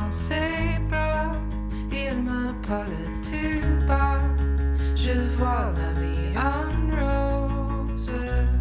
c'est bras, il me parle tout bas. Je vois la vie en rose.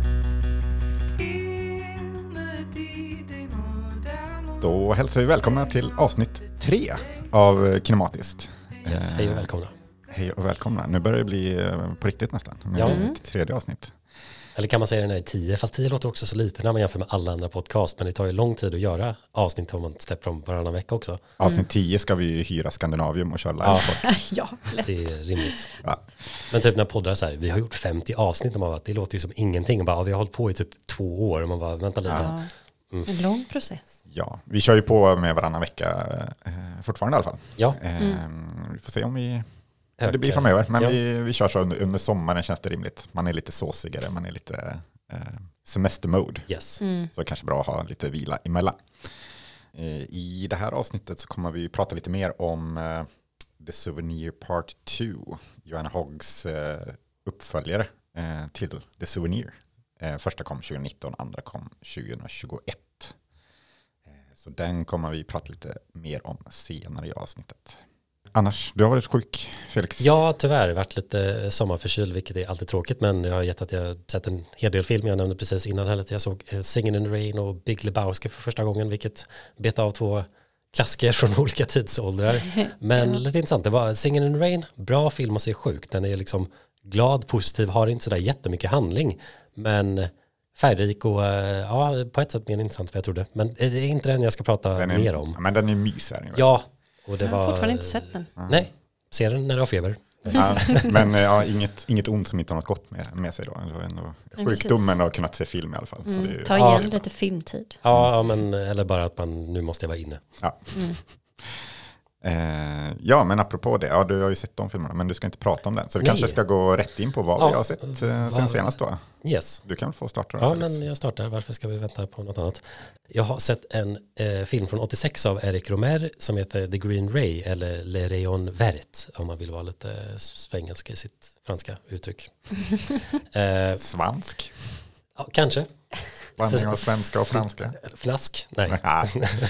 Il me dit des mots d'amour. Då hälsar vi välkomna till avsnitt 3 av Kinematiskt. Yes, hej och välkomna. Hej och välkomna. Nu börjar det bli på riktigt nästan. Med ett tredje avsnitt. Eller kan man säga den här 10? Fast 10 låter också så lite när man jämför med alla andra podcast. Men det tar ju lång tid att göra avsnitt om man släpper dem varannan vecka också. Avsnitt 10 ska vi hyra Skandinavium och köra live på. Ja, lätt. Det är rimligt. Ja. Men typ när poddar så här, vi har gjort 50 avsnitt och man bara, det låter ju som ingenting. Och bara, vi har hållit på i typ 2 år och man bara, vänta lite. Ja. En lång process. Ja, vi kör ju på med varannan vecka fortfarande i alla fall. Ja. Vi får se om det blir framöver. Men Ja. vi kör så under sommaren, känns det rimligt. Man är lite såsigare, man är lite semestermode. Yes. Så det är kanske bra att ha lite vila emellan. I det här avsnittet så kommer vi prata lite mer om The Souvenir Part 2. Joanna Hoggs uppföljare till The Souvenir. Första kom 2019, andra kom 2021. Så den kommer vi prata lite mer om senare i avsnittet. Annars, du har varit sjuk, Felix. Ja, tyvärr. Varit lite sommarförkyld, vilket är alltid tråkigt. Men jag har gett att jag sett en hel del film. Jag nämnde precis innan här att jag såg Singin' in the Rain och Big Lebowski för första gången. Vilket bet av 2 klassiker från olika tidsåldrar. Men lite intressant, det var Singin' in the Rain. Bra film att se sjuk. Den är liksom glad, positiv, har inte sådär jättemycket handling. Men färgrik och på ett sätt mer intressant vad jag trodde. Men det är inte den jag ska prata mer om. Men den är mysig. Ja. Och det Jag har var, fortfarande inte sett den. Nej, ser den när du har feber. Ja, men inget ont som inte har något gott med sig då. Det var ändå sjukdomen och kunnat se film i alla fall. Så det är, Ta igen lite filmtid. Ja, men eller bara att nu måste jag vara inne. Ja. Ja, men apropå det, du har ju sett de filmerna, men du ska inte prata om den. Så vi kanske ska gå rätt in på vad vi har sett sen senast då. Yes. Du kan få starta då, Ja, Felix. men jag startar. Varför ska vi vänta på något annat? Jag har sett en film från 86 av Eric Romer som heter The Green Ray eller Le Rayon Vert om man vill vara lite svengelsk i sitt franska uttryck. Svansk? Ja, kanske. Blandning av svenska och franska? Flask? Nej. Ja.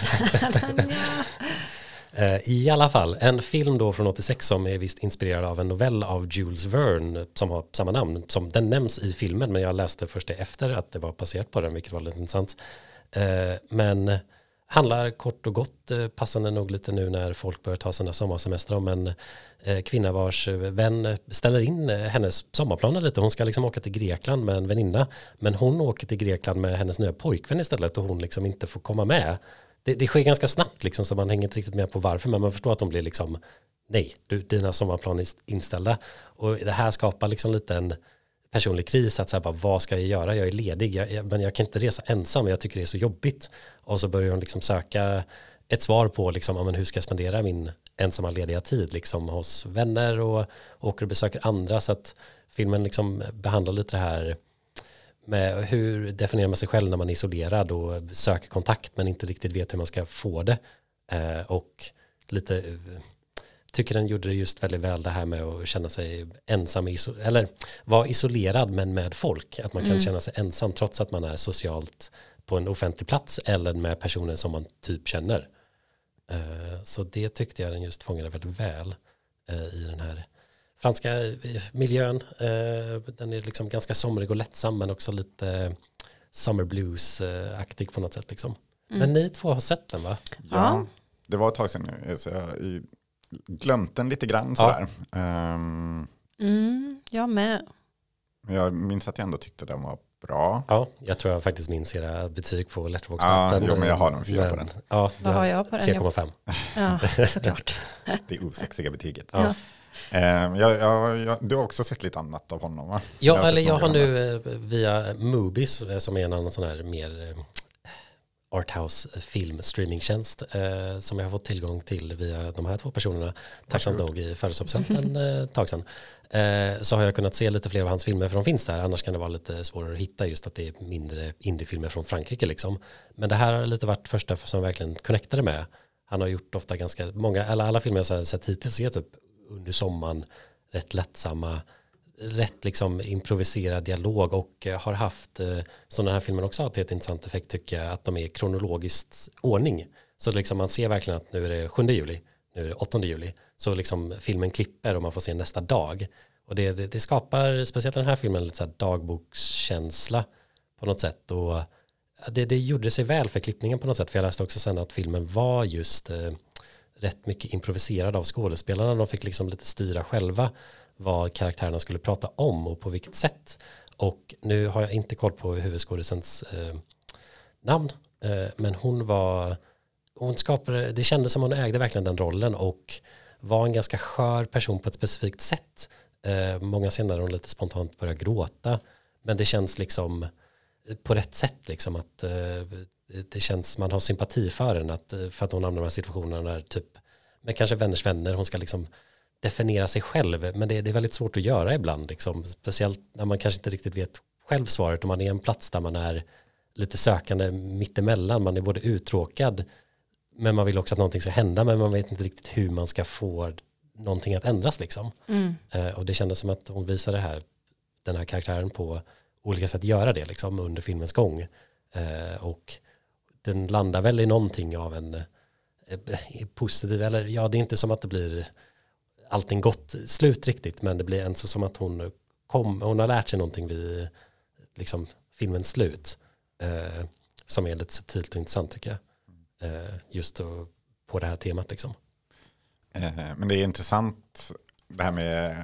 I alla fall, en film då från 86 som är visst inspirerad av en novell av Jules Verne som har samma namn. Som den nämns i filmen, men jag läste först det efter att det var baserat på den, vilket var lite intressant. Men handlar kort och gott, passande nog lite nu när folk börjar ta sina sommarsemester om en kvinna vars vän ställer in hennes sommarplaner lite. Hon ska liksom åka till Grekland med en väninna, men hon åker till Grekland med hennes nya pojkvän istället och hon liksom inte får komma med. Det sker ganska snabbt liksom, så man hänger inte riktigt med på varför, men man förstår att de blir liksom nej, dina sommarplaner är inställda. Och det här skapar liksom lite en personlig kris att säga bara, vad ska jag göra? Jag är ledig, men jag kan inte resa ensam, jag tycker det är så jobbigt. Och så börjar hon liksom söka ett svar på liksom, men hur ska jag spendera min ensamma lediga tid liksom, hos vänner och åker och besöker andra, så att filmen liksom behandlar lite det här med hur definierar man sig själv när man är isolerad och söker kontakt men inte riktigt vet hur man ska få det. Och lite tycker den gjorde det just väldigt väl det här med att känna sig ensam eller vara isolerad men med folk. Att man kan känna sig ensam trots att man är socialt på en offentlig plats eller med personer som man typ känner. Så det tyckte jag den just fångade väldigt väl i den här franska miljön. Den är liksom ganska somrig och lättsam men också lite summer blues-aktig på något sätt liksom. Men ni två har sett den, va? Ja, det var ett tag sedan nu. Så jag glömt den lite grann sådär. Jag med. Men jag minns att jag ändå tyckte den var bra. Ja, jag tror jag faktiskt minns era betyg på Letterboxd. Jo, men jag har nog 4 på den. Ja, Vad har jag på den? 3,5. Ja, såklart. Det osexiga betyget. Ja. Du har också sett lite annat av honom, va? Ja, eller jag har nu via Movies som är en annan sån här mer arthouse film streamingtjänst som jag har fått tillgång till via de här 2 personerna. Tacksamt nog i födelsedagspresent en tag sedan. Så har jag kunnat se lite fler av hans filmer för de finns där. Annars kan det vara lite svårare att hitta just att det är mindre indiefilmer från Frankrike liksom. Men det här har lite varit första som jag verkligen connectade med. Han har gjort ofta ganska många, alla filmer jag har sett hittills är typ under sommaren rätt lättsamma, rätt liksom improviserad dialog och har haft sådana här filmer också till ett intressant effekt tycker jag att de är kronologiskt ordning. Så liksom man ser verkligen att nu är det 7 juli, nu är det 8 juli. Så liksom filmen klipper och man får se nästa dag. Och det skapar, speciellt den här filmen, lite så här dagbokskänsla på något sätt. Och det gjorde sig väl för klippningen på något sätt. För jag läste också sen att filmen var just rätt mycket improviserad av skådespelarna. De fick liksom lite styra själva vad karaktärerna skulle prata om och på vilket sätt. Och nu har jag inte koll på huvudskådisens namn. Men hon skapade, det kändes som hon ägde verkligen den rollen och var en ganska skör person på ett specifikt sätt. Många scener hon lite spontant börjar gråta. Men det känns liksom på rätt sätt liksom att det känns, man har sympati för den för att hon hamnar i de här situationerna där typ med kanske vänners vänner, hon ska liksom definiera sig själv, men det är väldigt svårt att göra ibland liksom, speciellt när man kanske inte riktigt vet själv svaret, om man är en plats där man är lite sökande mittemellan, man är både uttråkad men man vill också att någonting ska hända, men man vet inte riktigt hur man ska få någonting att ändras liksom. Och det kändes som att hon visade den här karaktären på olika sätt göra det liksom under filmens gång. Och den landar väl i någonting av en positiv, eller ja, det är inte som att det blir allting gott slut riktigt, men det blir ändå som att hon har lärt sig någonting vid liksom filmens slut som är lite subtilt och intressant tycker jag. Just på det här temat liksom. Men det är intressant det här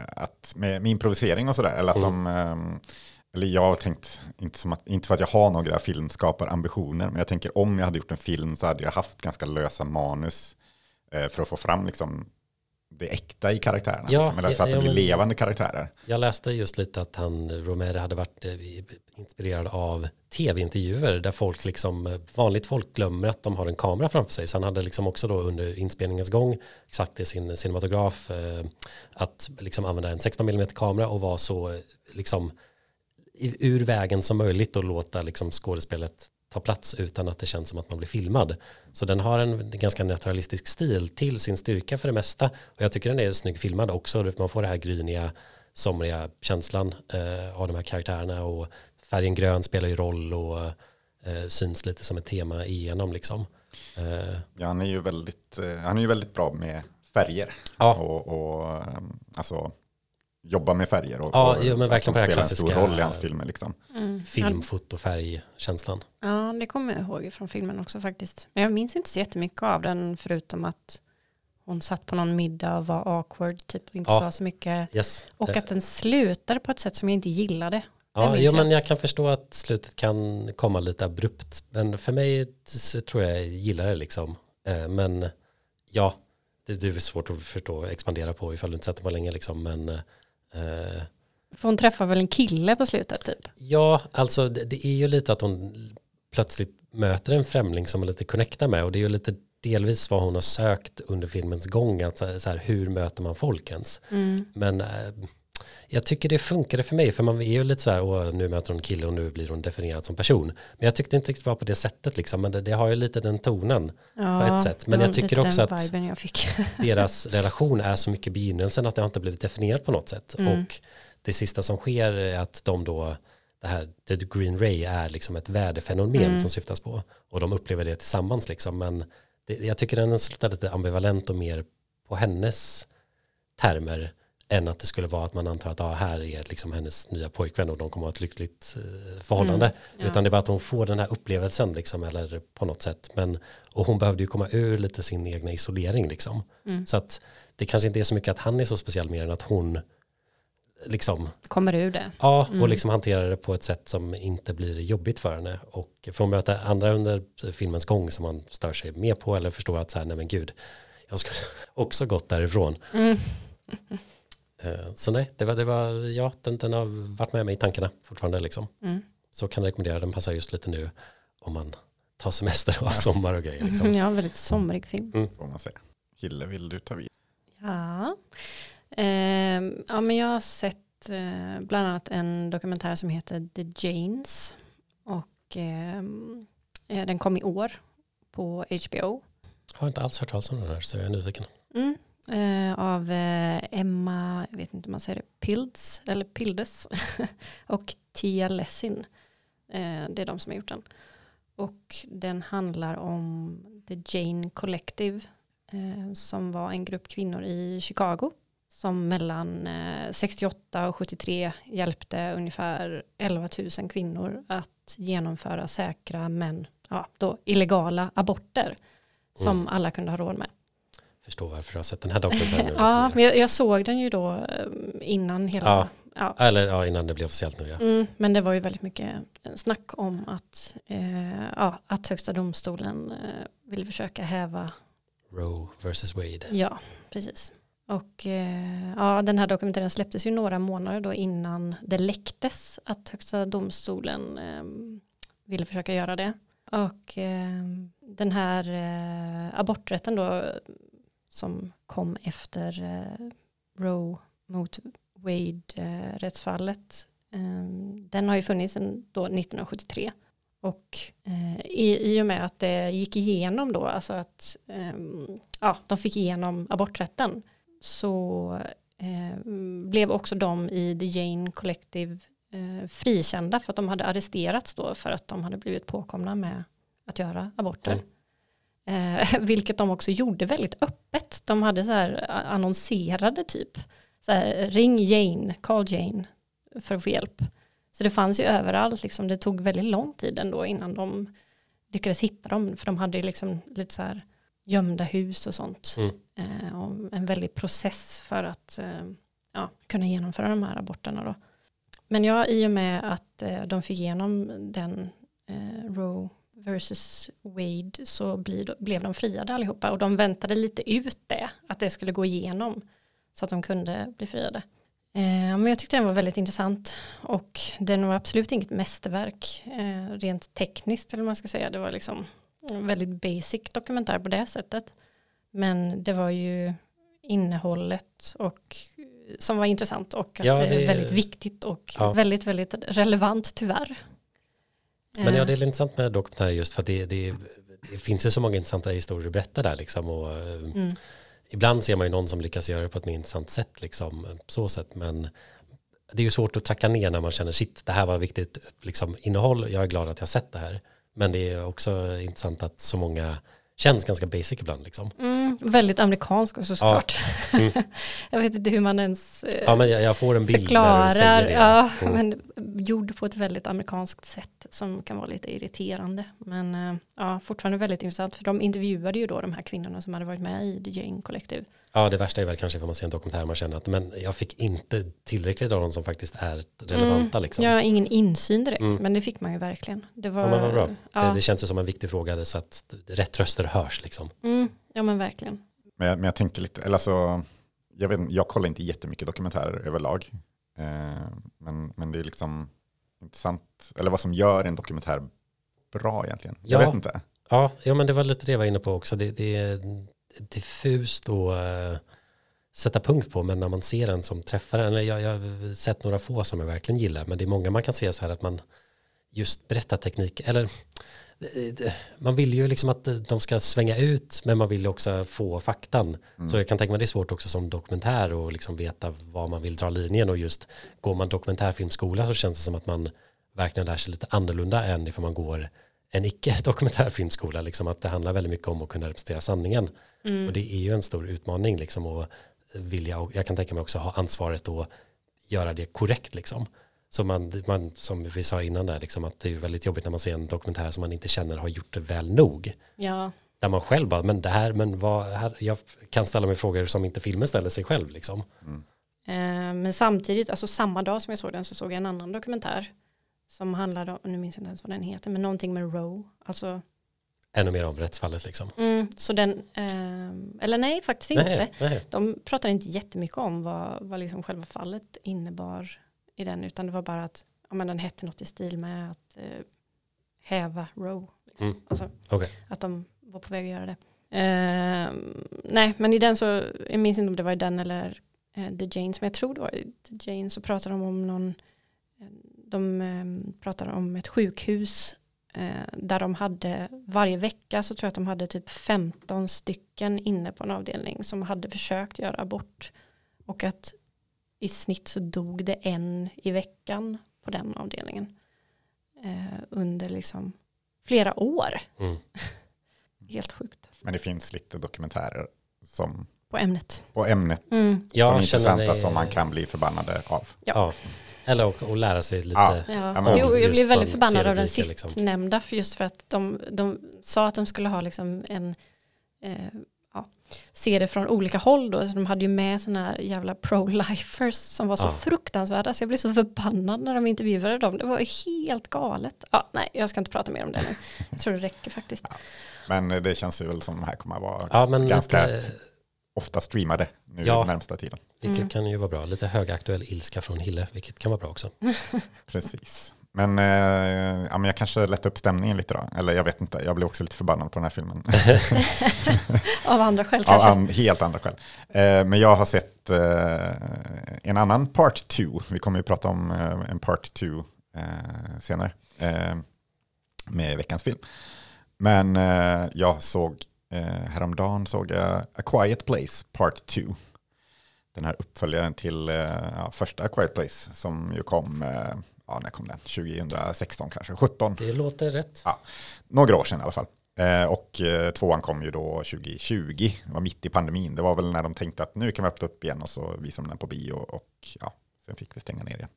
med improvisering och sådär, eller att eller jag har tänkt, inte för att jag har några filmskaparambitioner, men jag tänker om jag hade gjort en film så hade jag haft ganska lösa manus för att få fram liksom det äkta i karaktärerna. Ja, liksom, eller så att det blir levande karaktärer. Jag läste just lite att Romero hade varit inspirerad av tv-intervjuer där folk liksom, vanligt folk glömmer att de har en kamera framför sig. Så han hade liksom också då under inspelningens gång sagt i sin cinematograf att liksom använda en 16 mm kamera och vara så liksom ur vägen som möjligt och låta liksom skådespelet ta plats utan att det känns som att man blir filmad. Så den har en ganska naturalistisk stil till sin styrka för det mesta. Och jag tycker den är snygg filmad också. Man får det här gryniga, somriga känslan av de här karaktärerna. Och färgen grön spelar ju roll och syns lite som ett tema igenom liksom. Ja, han är ju väldigt bra med färger. Ja. Och alltså jobba med färger och men verkligen på det här klassiska, en stor roll i hans filmer liksom. Film, foto, färgkänslan. Ja, det kommer jag ihåg från filmen också faktiskt. Men jag minns inte så jättemycket av den förutom att hon satt på någon middag och var awkward typ och inte sa så mycket. Yes. Och att den slutade på ett sätt som jag inte gillade. Ja, men jag kan förstå att slutet kan komma lite abrupt. Men för mig så tror jag gillar det liksom. Men ja, det är svårt att förstå och expandera på ifall du inte sätter på länge liksom. Men för hon träffar väl en kille på slutet typ? Ja, alltså det är ju lite att hon plötsligt möter en främling som hon lite connectar med, och det är ju lite delvis vad hon har sökt under filmens gång, att så här, hur möter man folk ens? Men jag tycker det funkade för mig, för man är ju lite så här, nu möter hon en kille och nu blir hon definierad som person. Men jag tyckte inte riktigt var på det sättet liksom, men det har ju lite den tonen på ett sätt. Men jag tycker också att deras relation är så mycket i begynnelsen att det har inte blivit definierat på något sätt. Och det sista som sker är att de då, det här The Green Ray är liksom ett väderfenomen som syftas på. Och de upplever det tillsammans liksom. Men jag tycker den är lite ambivalent och mer på hennes termer än att det skulle vara att man antar att här är liksom hennes nya pojkvän och de kommer att ha ett lyckligt förhållande. Utan det är bara att hon får den här upplevelsen liksom, eller på något sätt. Och hon behövde ju komma ur lite sin egna isolering liksom. Så att det kanske inte är så mycket att han är så speciell mer än att hon liksom kommer ur det. Ja, och liksom hanterar det på ett sätt som inte blir jobbigt för henne. Och får möta andra under filmens gång som man stör sig mer på eller förstår att så här, nej men gud, jag skulle också gått därifrån. Så nej, det var ja, den har varit med mig i tankarna fortfarande liksom. Så kan jag rekommendera, den passar just lite nu om man tar semester och sommar och grejer liksom. Ja, väldigt somrig film. Får man säga. Hille, vill du ta vid? Ja. Ja, men jag har sett bland annat en dokumentär som heter The Janes och den kom i år på HBO. Jag har inte alls hört talas om den här, så jag är nyfiken. Av Emma, jag vet inte om man säger det, Pildes och Tia Lessin. Det är de som har gjort den. och den handlar om The Jane Collective som var en grupp kvinnor i Chicago som mellan 68 och 73 hjälpte ungefär 11 000 kvinnor att genomföra säkra men då illegala aborter som alla kunde ha råd med. Förstår varför du har sett den här dokumentären. Ja, men jag såg den ju då innan hela... Ja. Eller innan det blev officiellt nu. Ja. Men det var ju väldigt mycket snack om att högsta domstolen ville försöka häva Roe versus Wade. Ja, precis. Och den här dokumentären släpptes ju några månader då innan det läcktes att högsta domstolen ville försöka göra det. Och den här aborträtten då som kom efter Roe mot Wade-rättsfallet. Den har ju funnits sedan då 1973. Och i och med att det gick igenom då, alltså att de fick igenom aborträtten, så blev också de i The Jane Collective frikända för att de hade arresterats då för att de hade blivit påkomna med att göra aborter. Vilket de också gjorde väldigt öppet. De hade så här annonserade typ. Så här, ring Jane, call Jane för att få hjälp. Så det fanns ju överallt. Liksom, det tog väldigt lång tid ändå innan de lyckades hitta dem. För de hade liksom lite så här gömda hus och sånt. Och en väldig process för att kunna genomföra de här aborterna då. Men i och med att de fick igenom den Roe versus Wade så blev de friade allihopa. Och de väntade lite ut det, att det skulle gå igenom så att de kunde bli friade. Men jag tyckte den var väldigt intressant. Och den var absolut inget mästerverk rent tekniskt eller vad man ska säga. Det var liksom en väldigt basic dokumentär på det sättet. Men det var ju innehållet och som var intressant och att det är väldigt viktigt och väldigt, väldigt relevant tyvärr. Men det är intressant med dokumentärer just för att det finns ju så många intressanta historier att berätta där liksom och ibland ser man ju någon som lyckas göra det på ett mer intressant sätt liksom så sätt, men det är ju svårt att tracka ner när man känner shit, det här var viktigt liksom innehåll, jag är glad att jag har sett det här, men det är också intressant att så många känns ganska basic ibland liksom. Väldigt amerikansk och såklart. Jag vet inte hur man ens men jag får en bild förklarar. Där du säger det. Men gjord på ett väldigt amerikanskt sätt som kan vara lite irriterande. Men fortfarande väldigt intressant för de intervjuade ju då de här kvinnorna som hade varit med i The Jane Collective. Ja, det värsta är väl kanske för man ser en dokumentär man känner att men jag fick inte tillräckligt av dem som faktiskt är relevanta liksom. Ja, ingen insyn direkt, men det fick man ju verkligen. Det var men vad bra. Det känns ju som en viktig fråga så att rätt röster hörs liksom. Ja, men verkligen. Men jag tänker lite, eller alltså, jag kollar inte jättemycket dokumentärer överlag. Men det är liksom intressant, eller vad som gör en dokumentär bra egentligen. Jag vet inte. Ja, men det var lite det jag var inne på också. Det är diffust att sätta punkt på, men när man ser en som träffar en, eller jag har sett några få som jag verkligen gillar, men det är många man kan se så här att man just berättar teknik, eller man vill ju liksom att de ska svänga ut, men man vill ju också få faktan. Så jag kan tänka mig det är svårt också som dokumentär och liksom veta var man vill dra linjen, och just går man dokumentärfilmskola så känns det som att man verkligen lär sig lite annorlunda än ifall man går en icke-dokumentärfilmskola, liksom att det handlar väldigt mycket om att kunna representera sanningen. Och det är ju en stor utmaning liksom, och jag kan tänka mig också ha ansvaret att göra det korrekt liksom. Så man som vi sa innan där liksom, att det är väldigt jobbigt när man ser en dokumentär som man inte känner har gjort det väl nog. Ja. Där man själv bara, jag kan ställa mig frågor som inte filmen ställer sig själv liksom. Men samtidigt, alltså samma dag som jag såg den så såg jag en annan dokumentär som handlade om, nu minns jag inte ens vad den heter, men någonting med Roe. Alltså ännu mer om rättsfallet liksom. Så den, eller nej faktiskt inte. Nej. De pratar inte jättemycket om vad liksom själva fallet innebar i den, utan det var bara att den hette något i stil med att häva Roe. Liksom. Alltså, att de var på väg att göra det. Nej, men i den så, jag minns inte om det var i den eller The Janes, men jag tror det var i The Janes, så pratade de om de pratade om ett sjukhus där de hade varje vecka, så tror jag att de hade typ 15 stycken inne på en avdelning som hade försökt göra abort, och att i snitt så dog det en i veckan på den avdelningen under liksom flera år. Mm. Helt sjukt. Men det finns lite dokumentärer som På ämnet. på ämnet Mm. Jag som är känner intressanta mig- som man kan bli förbannade av. Ja. Eller och lära sig lite. Ja. Ja. men Jo, jag just blev väldigt vad förbannad av den serierubriker, liksom. sistnämnda just för att de sa att de skulle ha liksom en se det från olika håll då. Så de hade ju med såna här jävla pro-lifers som var så Ja. fruktansvärda. Så jag blev så förbannad när de intervjuade dem. Det var helt galet. Ja, nej, jag ska inte prata mer om det nu. Jag tror det räcker faktiskt. Men det känns ju väl som de här kommer att vara Ja, men ganska lite, ofta streamade nu Ja. närmsta tiden. vilket kan ju vara bra. Lite högaktuell ilska från Hille, vilket kan vara bra också. Precis. Men, ja, men jag kanske lätt upp stämningen lite då. Eller jag vet inte, jag blev också lite förbannad på den här filmen. Av andra skäl Av kanske. helt andra skäl. Men jag har sett en annan part 2. Vi kommer ju prata om en part 2 senare med veckans film. Men jag såg häromdagen såg jag A Quiet Place part 2. Den här uppföljaren till första A Quiet Place som ju kom, när kom den? 2016 kanske, 17. Det låter rätt. Ja, några år sedan i alla fall. Och tvåan kom ju då 2020. Det var mitt i pandemin. Det var väl när de tänkte att nu kan vi öppna upp igen och så visade de den på bio och ja, sen fick vi stänga ner igen.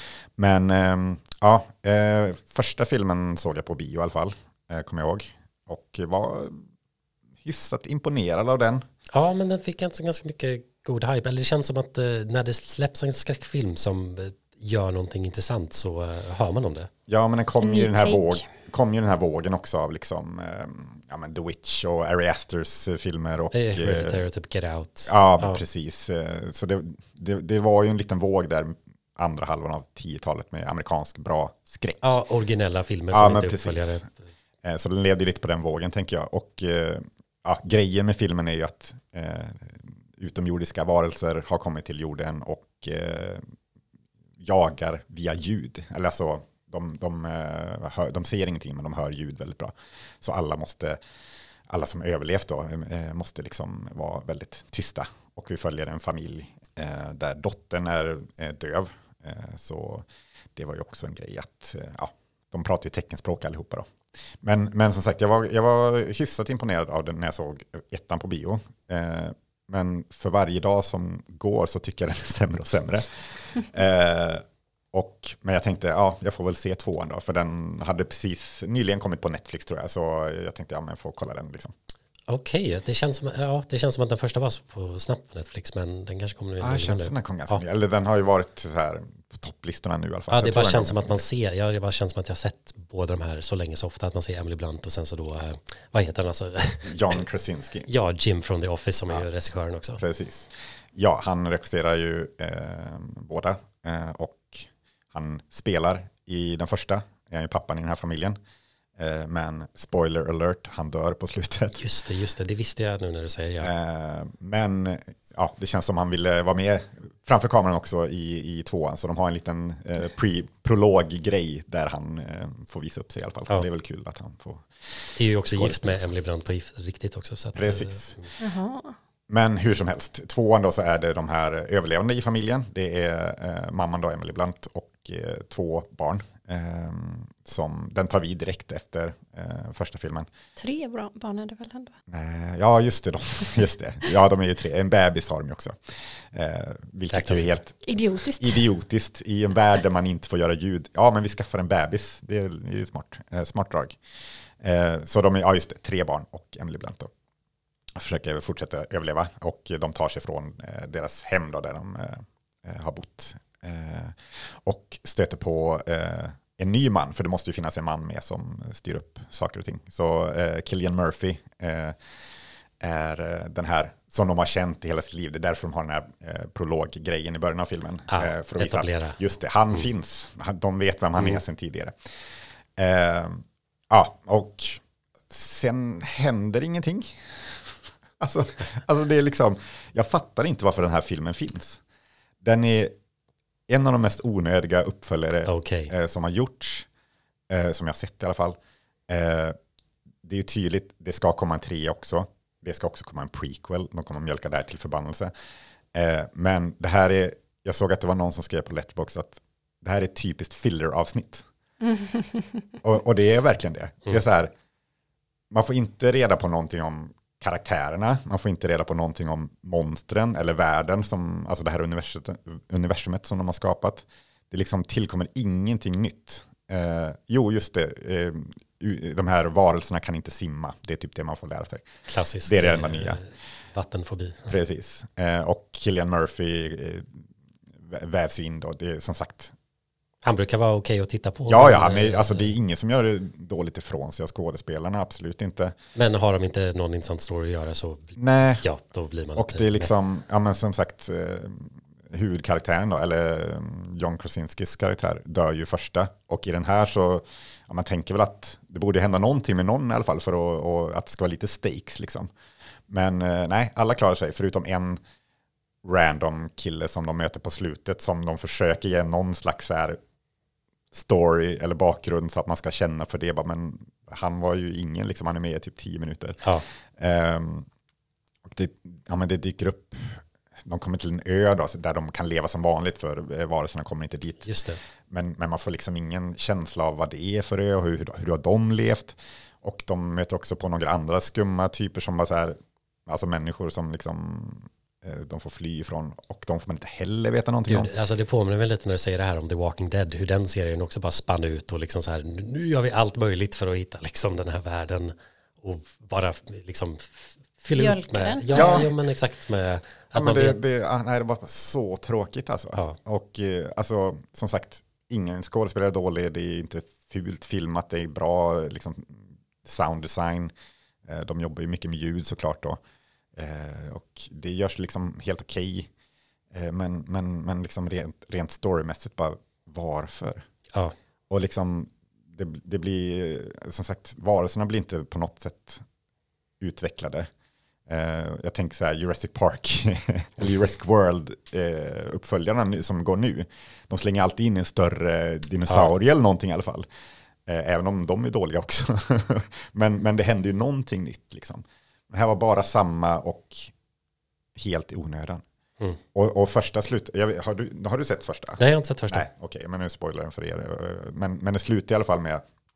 Men första filmen såg jag på bio i alla fall, kommer jag ihåg. Och var hyfsat imponerad av den. Ja, men den fick alltså ganska mycket god hype. Eller det känns som att när det släpps en skräckfilm som gör någonting intressant så hör man om det. Ja, men den kom En ju ny den här take. kom ju den här vågen också av liksom The Witch och Ari Asters filmer och Hereditary, typ Get Out. ja, precis. Så det var ju en liten våg där andra halvan av 10-talet med amerikansk bra skräck. Ja, originella filmer Ja, som men inte precis. uppföljare. Så den levde ju lite på den vågen tänker jag. Och grejen med filmen är ju att utomjordiska varelser har kommit till jorden och jagar via ljud. Eller alltså, de ser ingenting men de hör ljud väldigt bra. Så alla som överlevt då måste liksom vara väldigt tysta. Och vi följer en familj där dottern är döv. Så det var ju också en grej att de pratar ju teckenspråk allihopa då. Men som sagt, jag var hyfsat imponerad av den när jag såg ettan på bio. Men för varje dag som går så tycker jag den är sämre och sämre. Men jag tänkte, jag får väl se tvåan då. För den hade precis nyligen kommit på Netflix tror jag. Så jag tänkte, men jag får kolla den liksom. Okej, det känns som att den första var så på snabbt på Netflix, men den kanske kommer nu. Det känns som den kom ganska Ja. ny. Eller den har ju varit så här på topplistorna nu i alla fall. Ja, Så det jag tror bara den känns kom som att ganska man ny. ser, det bara känns som att jag har sett båda de här så länge så ofta, att man ser Emily Blunt och sen så då, vad heter han alltså? John Krasinski. Ja, Jim från The Office som är ju regissören också. Precis. Ja, han regisserar ju båda och han spelar i den första, är han ju pappan i den här familjen. Men spoiler alert, han dör på slutet. Just det visste jag nu när du säger ja. Men ja, det känns som han ville vara med framför kameran också i tvåan. Så de har en liten prolog-grej där han får visa upp sig i alla fall. Ja. Det är väl kul att han får... Det är ju också gift med också. Emily Blunt på riktigt också. Så att, Precis. Jaha. Men hur som helst, tvåan då så är det de här överlevande i familjen. Det är mamman då, Emily Blunt, och 2 barn. Den tar vi direkt efter första filmen. 3 barn är det väl ändå? Ja, just det. Ja, de är ju 3. En bebis har de ju också. Vilket ju är helt idiotiskt i en värld där man inte får göra ljud. Ja, men vi skaffar en bebis. Det är ju smart drag. Så de är, 3 barn och Emily Blunt då. Försöker fortsätta överleva och de tar sig från deras hem då, där de har bott och stöter på en ny man, för det måste ju finnas en man med som styr upp saker och ting. Så Cillian Murphy är den här som de har känt i hela sitt liv. Det är därför de har den här prologgrejen i början av filmen. För att visa att just det, han finns. De vet vem han är sedan tidigare. Och sen händer ingenting. Alltså det är liksom, jag fattar inte varför den här filmen finns. Den är en av de mest onödiga uppföljare som har gjorts, som jag har sett i alla fall. Det är ju tydligt, det ska komma en 3 också. Det ska också komma en prequel. De kommer mjölka där till förbannelse. Men det här är, jag såg att det var någon som skrev på Letterboxd att det här är ett typiskt filler-avsnitt. Och det är verkligen det. Det är så här, man får inte reda på någonting om karaktärerna, man får inte reda på någonting om monstren eller världen, som, alltså det här universumet som de har skapat. Det liksom tillkommer ingenting nytt. Jo, just det. De här varelserna kan inte simma. Det är typ det man får lära sig. Klassiskt. Det är det enda nya. Vattenfobi. Precis. Och Cillian Murphy vävs in då. Det är som sagt... Han brukar vara okej att titta på. Ja, alltså det är ingen som gör det dåligt ifrån sig av skådespelarna, absolut inte. Men har de inte någon intressant story att göra så nej. Ja, då blir man och det är liksom, ja men som sagt, huvudkaraktären då, eller John Krasinskis karaktär dör ju första. Och i den här så, ja, man tänker väl att det borde hända någonting med någon i alla fall för att det ska vara lite stakes liksom. Men nej, alla klarar sig förutom en random kille som de möter på slutet, som de försöker ge någon slags här story eller bakgrund så att man ska känna för det. Men han var ju ingen, liksom, han är med i typ 10 minuter. Ja. Och det dyker upp, de kommer till en ö då, där de kan leva som vanligt, för varelserna kommer inte dit. Just det. Men man får liksom ingen känsla av vad det är för ö och hur har de levt. Och de möter också på några andra skumma typer som bara så här, alltså människor som liksom de får fly ifrån, och de får man inte heller veta någonting om. Alltså det påminner väl lite när du säger det här om The Walking Dead, hur den serien också bara spann ut och liksom så här, nu gör vi allt möjligt för att hitta liksom den här världen och bara liksom fylla upp med. Ja, men exakt med att man vet. Det var så tråkigt alltså. Ja. Och alltså, som sagt, ingen skådespelare är dålig, det är inte fult filmat, det är bra liksom sound design. De jobbar ju mycket med ljud såklart då. Och det görs liksom helt okej. Men liksom rent storymässigt bara varför? Ja. Och liksom det blir, som sagt, varelserna blir inte på något sätt utvecklade. Jag tänker så här, Jurassic Park eller Jurassic World uppföljarna som går nu, de slänger alltid in en större dinosaurie eller någonting i alla fall. Även om de är dåliga också. men det händer ju någonting nytt liksom. Det här var bara samma och helt i onödan. Mm. Och första slut, har du sett första? Nej, jag har inte sett första. Nej, okej, men nu spoilar den för er. Men det slutar i alla fall med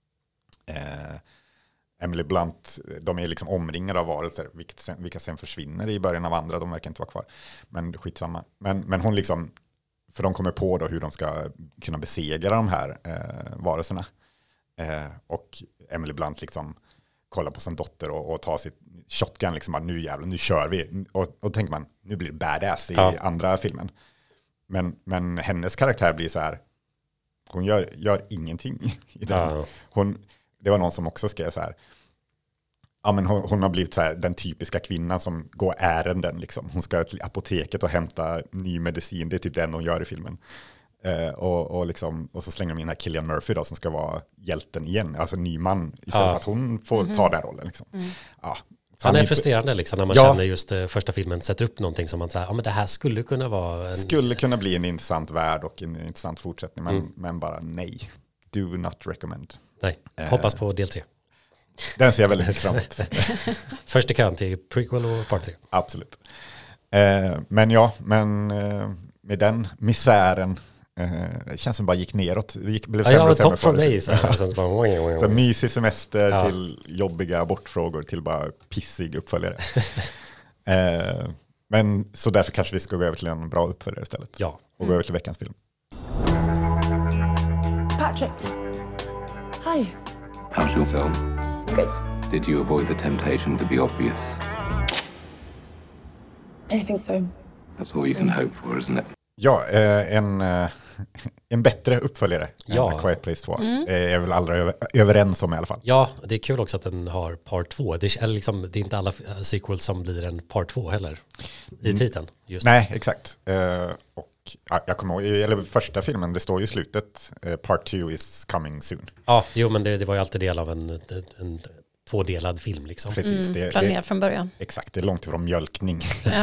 Emily Blunt, de är liksom omringade av varelser, vilka sen försvinner i början av andra, de verkar inte vara kvar. Men skitsamma. Men hon liksom, för de kommer på då hur de ska kunna besegra de här varelserna. Och Emily Blunt liksom kollar på sin dotter och tar sitt shotgun liksom, bara, nu jävlar, nu kör vi. Och tänker man, nu blir det badass i andra filmen. Men hennes karaktär blir så här, hon gör ingenting i den. Det var någon som också skrev så här, ja, men hon har blivit så här, den typiska kvinnan som går ärenden liksom. Hon ska till apoteket och hämta ny medicin, det är typ det hon gör i filmen. Och så slänger de in här Cillian Murphy då, som ska vara hjälten igen, alltså ny man, istället för att hon får ta den rollen liksom. Ja, han är frustrerande liksom, när man känner just första filmen sätter upp någonting som man säger, ja men det här skulle kunna vara skulle kunna bli en intressant värld och en intressant fortsättning, men bara nej, do not recommend. Nej, hoppas på del 3. Den ser jag väldigt mycket framåt. Först i kön till prequel och part 3. Absolut. Men med den misären, det känns som bara gick neråt. Blev sämre och sämre topp från mig. Så mysig semester till jobbiga abortfrågor till bara pissig uppföljare. Men så därför kanske vi ska gå över till en bra uppföljare istället. Ja. Och gå över till veckans film. Patrick. Hi. How's your film? Good. Did you avoid the temptation to be obvious? I think so. That's all you can hope for, isn't it? Ja, en bättre uppföljare än Quiet Place 2. Är väl alla överens om i alla fall. Ja, det är kul också att den har part 2. Det är inte alla sequels som blir en part 2 heller i titeln. Just. Nej, exakt. Och jag kommer ihåg, eller första filmen, det står ju i slutet, part 2 is coming soon. Ja, jo, men det var ju alltid del av en tvådelad film liksom. Precis, planerad från början. Exakt, det är långt ifrån mjölkning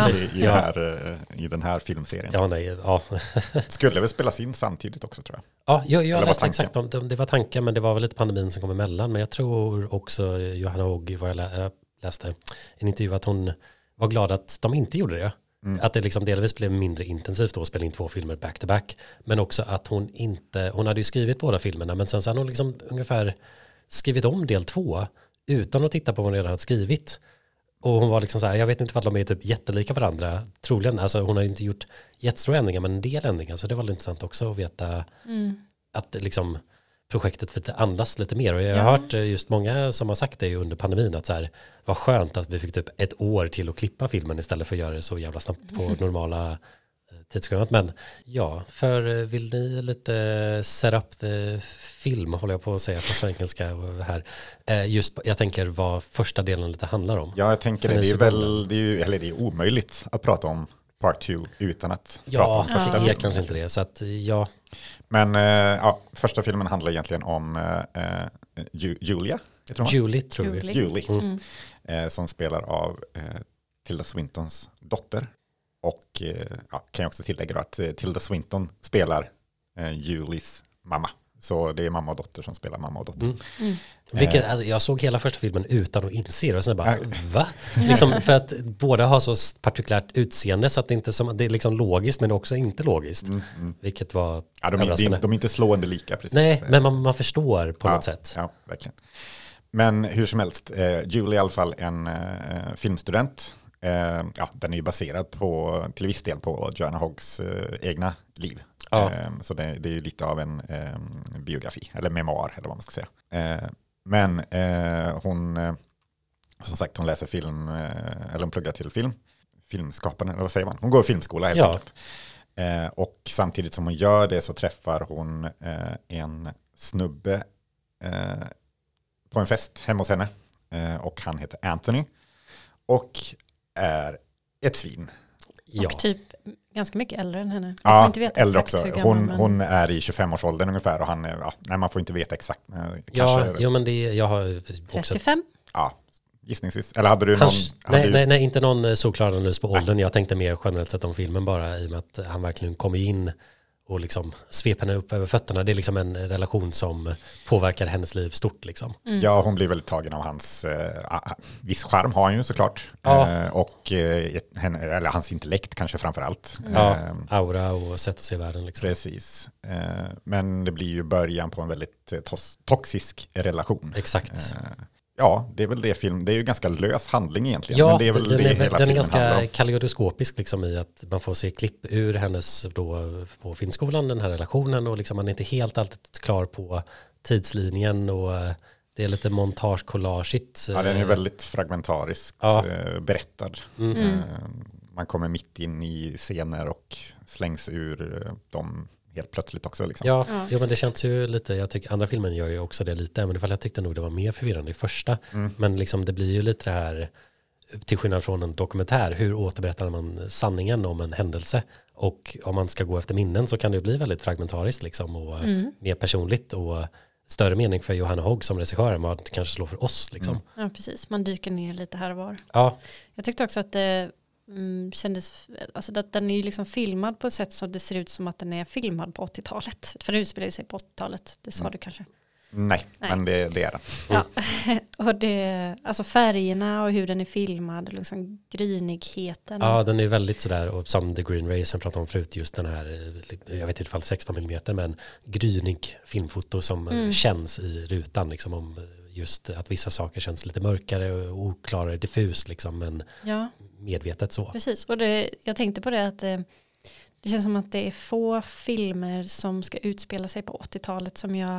i den här filmserien. Ja, nej, ja. Skulle väl spelas in samtidigt också, tror jag. Ja, jag läste exakt om det var tanken, men det var väl lite pandemin som kom emellan. Men jag tror också Johanna Hogg, vad jag läste en intervju, att hon var glad att de inte gjorde det. Att det liksom delvis blev mindre intensivt då att spela in 2 filmer back to back. Men också att hon hade ju skrivit båda filmerna, men sen så hade hon liksom ungefär skrivit om del 2 utan att titta på vad hon redan hade skrivit. Och hon var liksom så här, jag vet inte vad de är typ jättelika varandra, troligen. Alltså hon har inte gjort jättestora ändringar, men en del ändringar. Så det var lite intressant också att veta att liksom projektet för det andas lite mer. Och jag har hört just många som har sagt det under pandemin att så här, vad skönt att vi fick typ 1 år till att klippa filmen istället för att göra det så jävla snabbt på normala tidsschemat. Men ja, för vill ni lite set up the film, håller jag på att säga på engelska här. Just jag tänker vad första delen lite handlar om. Ja, jag tänker det är omöjligt att prata om Part 2 utan att prata om första filmen. Ja, kanske inte det. Så att, ja. Men första filmen handlar egentligen om Julia. Julie, tror vi. Julie. Som spelar av Tilda Swintons dotter. Och kan jag också tillägga då att Tilda Swinton spelar Julies mamma. Så det är mamma och dotter som spelar mamma och dotter. Vilket, alltså, jag såg hela första filmen utan att inse det. Och sen bara, va? Liksom, för att båda har så partikulärt utseende så att det, inte som, det är liksom logiskt men också inte logiskt. Vilket var överraskande. De är inte slående lika precis. Nej, men man förstår på något sätt. Ja, verkligen. Men hur som helst, Julie är i alla fall en filmstudent. Den är ju baserad till viss del på Joanna Hoggs egna liv. Ja. Så det är ju lite av en biografi, eller memoar, eller vad man ska säga. Men hon, som sagt, hon läser film, eller hon pluggar till filmskapande, eller vad säger man? Hon går filmskola helt enkelt. Och samtidigt som hon gör det så träffar hon en snubbe på en fest hemma hos henne. Och han heter Anthony. Och är ett svin. Och typ ganska mycket äldre än henne. Ja, får inte veta äldre exakt också. hur gammal, Hon är i 25-årsåldern ungefär och han är, man får inte veta exakt. Men jag har också... 35? Ja, gissningsvis. Eller hade du någon... Nej, inte någon såklar analys på åldern. Jag tänkte mer generellt sett om filmen bara i och med att han verkligen kommer in och liksom sveper henne upp över fötterna. Det är liksom en relation som påverkar hennes liv stort liksom. Ja, hon blir väldigt tagen av hans viss charm har han ju såklart. Och eller hans intellekt kanske framförallt. Aura och sätt att se världen liksom. Precis. Men det blir ju början på en väldigt toxisk relation. Exakt. Ja, det är väl det film. Det är ju ganska lös handling egentligen. Ja, men det är väl den är ganska kaleidoskopisk liksom i att man får se klipp ur hennes då på filmskolan, den här relationen och liksom man är inte helt alltid klar på tidslinjen och det är lite montage-collageigt. Ja, den är väldigt fragmentariskt berättad. Man kommer mitt in i scener och slängs ur dem helt plötsligt också. Liksom. Ja, men det känns ju lite, jag tycker andra filmen gör ju också det lite, men jag tyckte nog det var mer förvirrande i första. Men liksom det blir ju lite det här, till skillnad från en dokumentär, hur återberättar man sanningen om en händelse? Och om man ska gå efter minnen så kan det bli väldigt fragmentariskt liksom, och mer personligt och större mening för Joanna Hogg som regissör än vad det kanske slår för oss. Liksom. Ja, precis. Man dyker ner lite här och var. Ja. Jag tyckte också att det kändes, alltså att den är ju liksom filmad på ett sätt som det ser ut som att den är filmad på 80-talet. För det utspelar sig på 80-talet, det sa du kanske. Nej, men det är den. Ja, och det, alltså färgerna och hur den är filmad, liksom grynigheten. Ja, den är väldigt sådär, och som The Green Ray som pratade om förut, just den här, jag vet inte ifall 16 mm, men grynig filmfoto som känns i rutan, liksom om just att vissa saker känns lite mörkare och oklarare, diffus liksom, men medvetet så. Precis, och jag tänkte på det att det känns som att det är få filmer som ska utspela sig på 80-talet som jag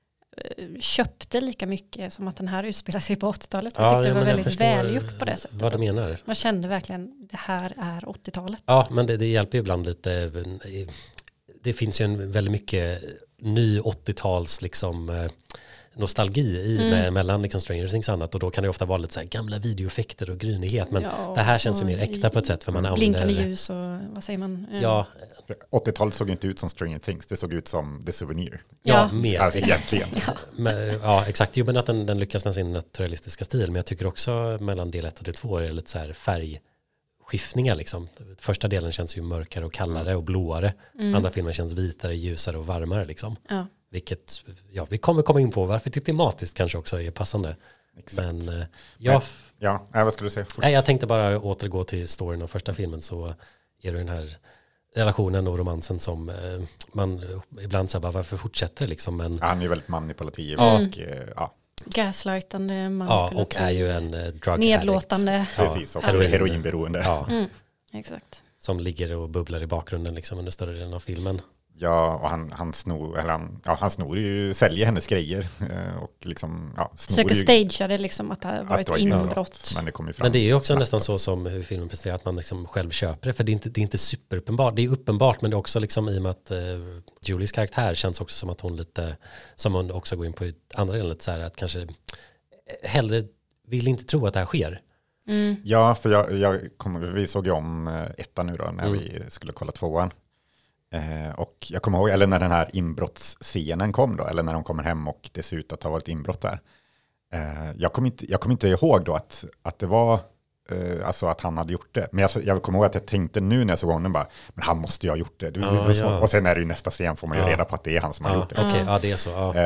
köpte lika mycket som att den här utspelar sig på 80-talet. Jag tyckte det var väldigt välgjort på det sättet. Vad du menar. Man kände verkligen det här är 80-talet. Ja, men det hjälper ju ibland lite. Det finns ju en väldigt mycket ny 80-tals liksom nostalgi i mellan liksom Stranger Things och annat, och då kan det ofta vara lite så här gamla videoeffekter och grynighet, men det här känns ju mer äkta på ett sätt, för man blinkande ljus och vad säger man? Ja. 80-talet såg inte ut som Stranger Things, det såg ut som The Souvenir. Ja, mer. Alltså, egentligen. Ja, exakt. Jo, men att den lyckas med sin naturalistiska stil, men jag tycker också mellan del 1 och del 2 är det lite så här färgskiftningar liksom. Första delen känns ju mörkare och kallare och blåare. Andra filmen känns vitare, ljusare och varmare liksom. Ja. Vilket, vi kommer komma in på varför det tematiskt kanske också är passande. Exakt. Men vad skulle du säga? jag tänkte bara återgå till storyn av första filmen, så är det den här relationen och romansen som man ibland säger bara, varför fortsätter det liksom? Men, Han är ju väldigt manipulativ Ja. och Gaslightande, och är ju en drug nedlåtande. addict. precis, och heroinberoende. Ja, Exakt. som ligger och bubblar i bakgrunden liksom under större delen av filmen. Ja, och han snor ju, säljer hennes grejer och liksom, snor Försöker ju stagea det liksom att det har varit inbrott. Men det kommer ju fram. Men det är ju också snabbt. nästan så som hur filmen presenterar, att man liksom själv köper det, för det är inte superuppenbart. Det är uppenbart, men det är också liksom i och med att Julies karaktär känns också som att hon lite, som hon också går in på i andra delen, lite så här att kanske hellre vill inte tro att det här sker. Ja, för vi såg ju om ettan nu då när vi skulle kolla tvåan. Och jag kommer ihåg, eller när den här inbrottsscenen kom då, eller när de kommer hem och det ser ut att ha varit inbrott där. Jag kom inte ihåg då att det var alltså att han hade gjort det. Men jag kommer ihåg att jag tänkte nu när jag såg honom bara, men han måste ju ha gjort det. Ja. Och sen är det ju nästa scen får man ju reda på att det är han som har gjort det. Okej, det är så. Ja.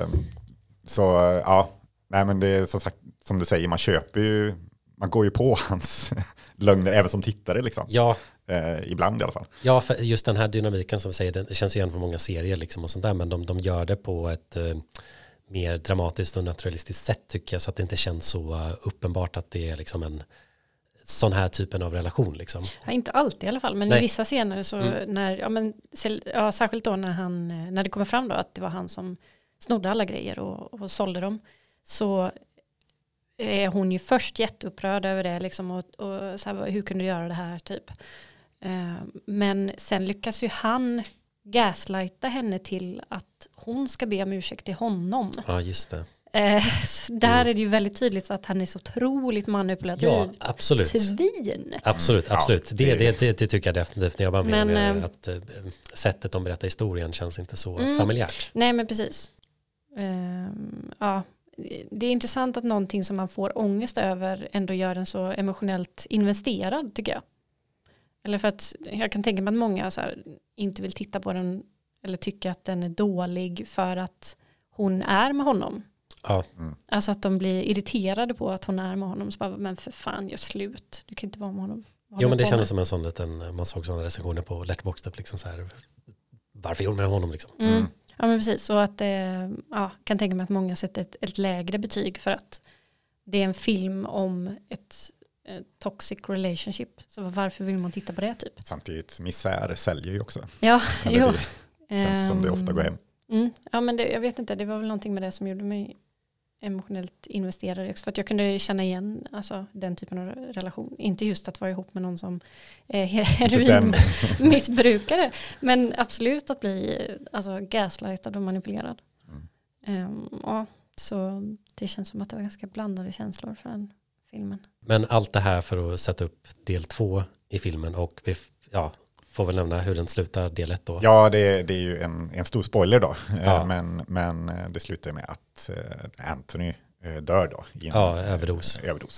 Nej men det är som sagt, som du säger, man går ju på hans lögner även som tittare liksom. Ja. Ibland i alla fall. Ja, för just den här dynamiken som vi säger, det känns ju igen från många serier liksom och sånt där, men de gör det på ett mer dramatiskt och naturalistiskt sätt tycker jag, så att det inte känns så uppenbart att det är liksom en sån här typen av relation liksom. Ja, inte alltid i alla fall, men i vissa scener så när, särskilt då när det kommer fram då att det var han som snodde alla grejer och sålde dem, så är hon ju först jätteupprörd över det liksom, och så här, hur kunde du göra det här typ. Men sen lyckas ju han gaslighta henne till att hon ska be om ursäkt till honom. Ja, just det. Där är det ju väldigt tydligt att han är så otroligt manipulativ. Ja, absolut. Svin. Absolut. Ja, det tycker jag definitivt när jag var med. Men, att sättet de berättar historien känns inte så familjärt. Nej, men precis. Det är intressant att någonting som man får ångest över ändå gör den så emotionellt investerad, tycker jag. Eller för att jag kan tänka mig att många så här, inte vill titta på den eller tycka att den är dålig för att hon är med honom. Ja. Alltså att de blir irriterade på att hon är med honom. Så bara, men för fan, gör slut. Du kan inte vara med honom. Jo, men det kändes som en sån liten, man såg sådana recensioner på Letterboxd liksom så här, varför är hon med honom liksom? Ja, men precis. Så att kan tänka mig att många sätter ett lägre betyg för att det är en film om ett toxic relationship. Så varför vill man titta på det typ? Samtidigt, misär säljer ju också. Ja, jo. Det känns som det ofta går hem. Ja, men jag vet inte. Det var väl någonting med det som gjorde mig emotionellt investerad. För att jag kunde känna igen alltså, den typen av relation. Inte just att vara ihop med någon som är heroinmissbrukare. Men absolut att bli alltså, gaslightad och manipulerad. Så det känns som att det var ganska blandade känslor för den filmen. Men allt det här för att sätta upp del 2 i filmen, och vi får väl nämna hur den slutar del 1 då. Ja, det är ju en stor spoiler då. Ja. Men det slutar med att Anthony dör då. Överdos.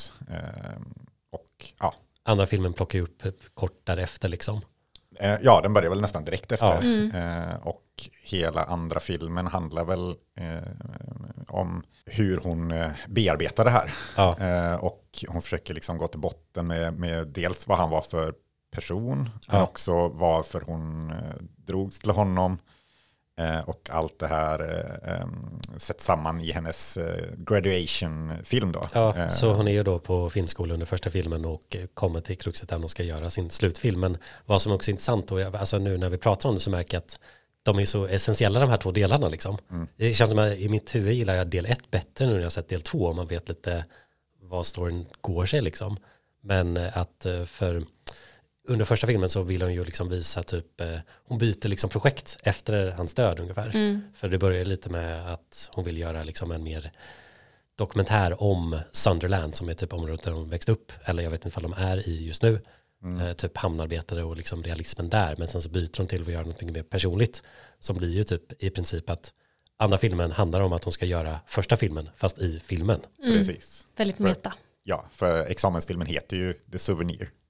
Och ja. Andra filmen plockar ju upp kort därefter liksom. Ja, den börjar väl nästan direkt efter. Och hela andra filmen handlar väl om hur hon bearbetar det här. Ja. Och hon försöker liksom gå till botten med dels vad han var för person, men också varför hon drogs till honom. Och allt det här sätts samman i hennes graduation-film då. Ja, så hon är ju då på filmskolan under första filmen och kommer till kruxet där hon ska göra sin slutfilm. Men vad som också är intressant då, alltså nu när vi pratar om det så märker jag att de är så essentiella de här två delarna liksom. Det känns som att i mitt huvud gillar jag del 1 bättre nu när jag sett del 2, om man vet lite vad storyn går sig liksom. Men att under första filmen så vill hon ju liksom visa typ, hon byter liksom projekt efter hans död ungefär. För det börjar lite med att hon vill göra liksom en mer dokumentär om Sunderland, som är typ området där de växte upp, eller jag vet inte om de är i just nu. Typ hamnarbetare och liksom realismen där, men sen så byter de till att göra något mycket mer personligt, som blir ju typ i princip att andra filmen handlar om att hon ska göra första filmen fast i filmen. Precis. Väldigt meta. Ja, för examensfilmen heter ju The Souvenir.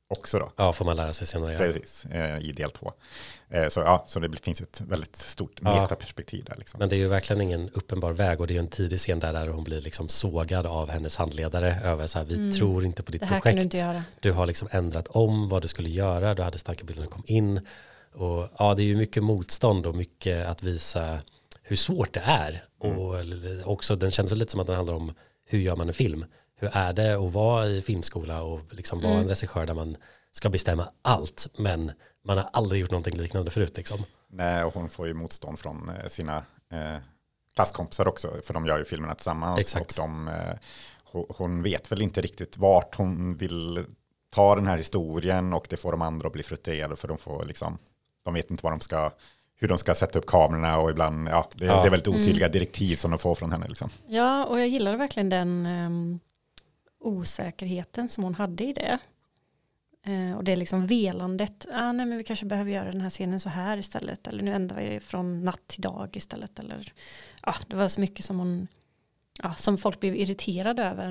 också då. Ja, får man lära sig senare. Ja. Precis, i del 2. Så det finns ett väldigt stort metaperspektiv där. Liksom. Men det är ju verkligen ingen uppenbar väg och det är ju en tidig scen där hon blir liksom sågad av hennes handledare över så här, vi tror inte på ditt Det här projekt. kan du inte göra. Du har liksom ändrat om vad du skulle göra, du hade starka bilder när du kom in. Och ja, det är ju mycket motstånd och mycket att visa hur svårt det är. Och också, den känns lite som att den handlar om hur gör man en film. Hur är det att vara i filmskola och liksom vara en regissör där man ska bestämma allt, men man har aldrig gjort någonting liknande förut liksom. Nej, och hon får ju motstånd från sina klasskompisar också, för de gör ju filmerna tillsammans. Exakt. Och hon vet väl inte riktigt vart hon vill ta den här historien, och det får de andra att bli frustrerade, för de vet inte hur de ska sätta upp kamerorna, och ibland, det är väldigt otydliga direktiv som de får från henne liksom. Ja, och jag gillade verkligen den osäkerheten som hon hade i det. Och det är liksom velandet. Nej, men vi kanske behöver göra den här scenen så här istället. Eller nu ändrar vi från natt till dag istället. Eller, det var så mycket som folk blev irriterade över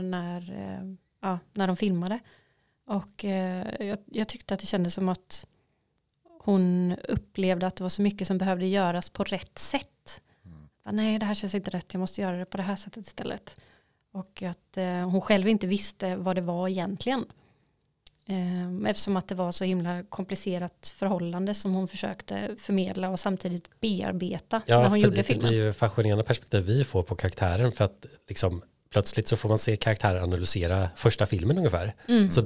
när de filmade. Och jag tyckte att det kändes som att hon upplevde att det var så mycket som behövde göras på rätt sätt. Nej, det här känns inte rätt. Jag måste göra det på det här sättet istället. Och att hon själv inte visste vad det var egentligen. Eftersom att det var så himla komplicerat förhållande som hon försökte förmedla och samtidigt bearbeta när hon gjorde filmen. Det är ju fascinerande perspektiv vi får på karaktären, för att liksom plötsligt så får man se karaktären analysera första filmen ungefär. Så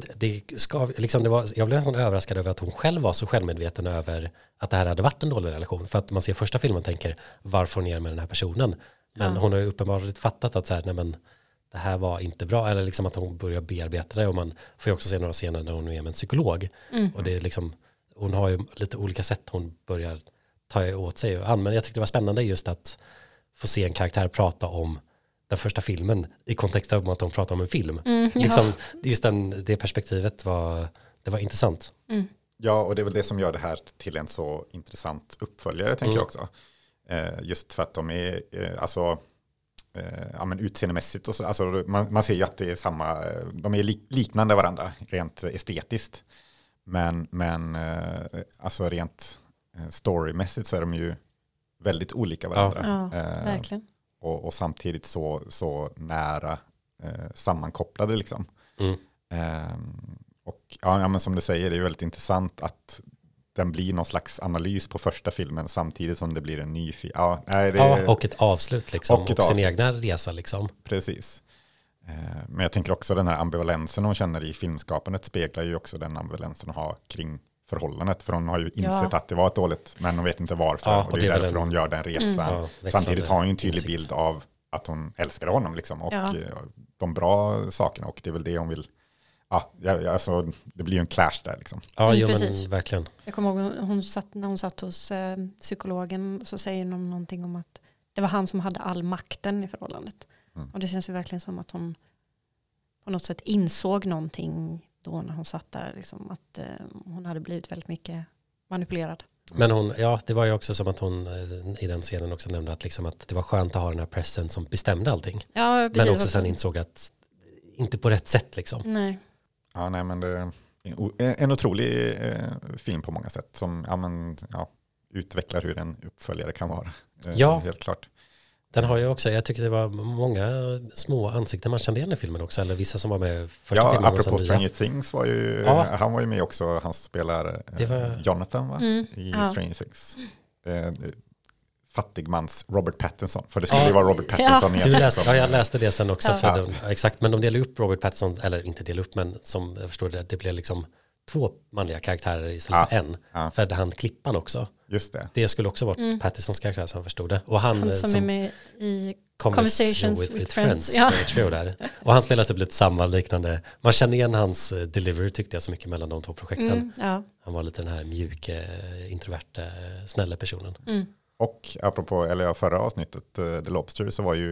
jag blev nästan överraskad över att hon själv var så självmedveten över att det här hade varit en dålig relation. För att man ser första filmen och tänker, varför hon är med den här personen? Men hon har ju uppenbarligen fattat att så här, nej men det här var inte bra, eller liksom att hon börjar bearbeta det, och man får ju också se några scener när hon är med en psykolog. Och det är liksom, hon har ju lite olika sätt hon börjar ta åt sig och använda. Jag tyckte det var spännande just att få se en karaktär prata om den första filmen i kontext av att de pratar om en film. Liksom, just det perspektivet var intressant. Ja, och det är väl det som gör det här till en så intressant uppföljare, tänker jag också. Just för att de är men utseendemässigt och så, alltså man ser ju att det är samma, de är liknande varandra rent estetiskt, men alltså rent storymässigt så är de ju väldigt olika varandra. Ja, verkligen. Och samtidigt så nära sammankopplade liksom. Och men som du säger, det är väldigt intressant att den blir någon slags analys på första filmen samtidigt som det blir en ny film. Och ett avslut liksom, och sin egna resa liksom. Precis. Men jag tänker också den här ambivalensen hon känner i filmskapandet speglar ju också den ambivalensen hon har kring förhållandet. För hon har ju insett att det var ett dåligt, men hon vet inte varför. Och det är därför hon gör den resan. Samtidigt har hon ju en tydlig bild av att hon älskar honom liksom, och de bra sakerna, och det är väl det hon vill. Alltså, det blir ju en clash där liksom. Ja, men verkligen. Jag kommer ihåg när hon satt hos psykologen, så säger hon någonting om att det var han som hade all makten i förhållandet. Och det känns ju verkligen som att hon på något sätt insåg någonting då när hon satt där, liksom, att hon hade blivit väldigt mycket manipulerad. Men det var ju också som att hon i den scenen också nämnde att, liksom, att det var skönt att ha den här pressen som bestämde allting. Ja, precis, men också sen insåg att inte på rätt sätt liksom. Nej. Ja, nej, men det är en otrolig film på många sätt som utvecklar hur en uppföljare kan vara. Helt klart. Den har ju också, jag tycker det var många små ansikten man kände igen i filmen också, eller vissa som var med första filmen. Apropå Stranger Things var ju, han var ju med också, han spelar Jonathan i Stranger Things. Fattigmans Robert Pattinson, för det skulle ju vara Robert Pattinson jag läste det sen också exakt, men de delar upp Robert Pattinson, eller inte delar upp, men som jag förstår det blev liksom 2 manliga karaktärer istället för en, för han klippan också. Just det. Det skulle också vara Pattinsons karaktär som förstod det. Och han som är med i Conversations with Friends. Där. Och han spelar typ lite samma liknande. Man känner igen hans delivery, tyckte jag, så mycket mellan de 2 projekten. Han var lite den här mjuka, introverta, snälla personen. Och apropå, förra avsnittet The Lobster, så var ju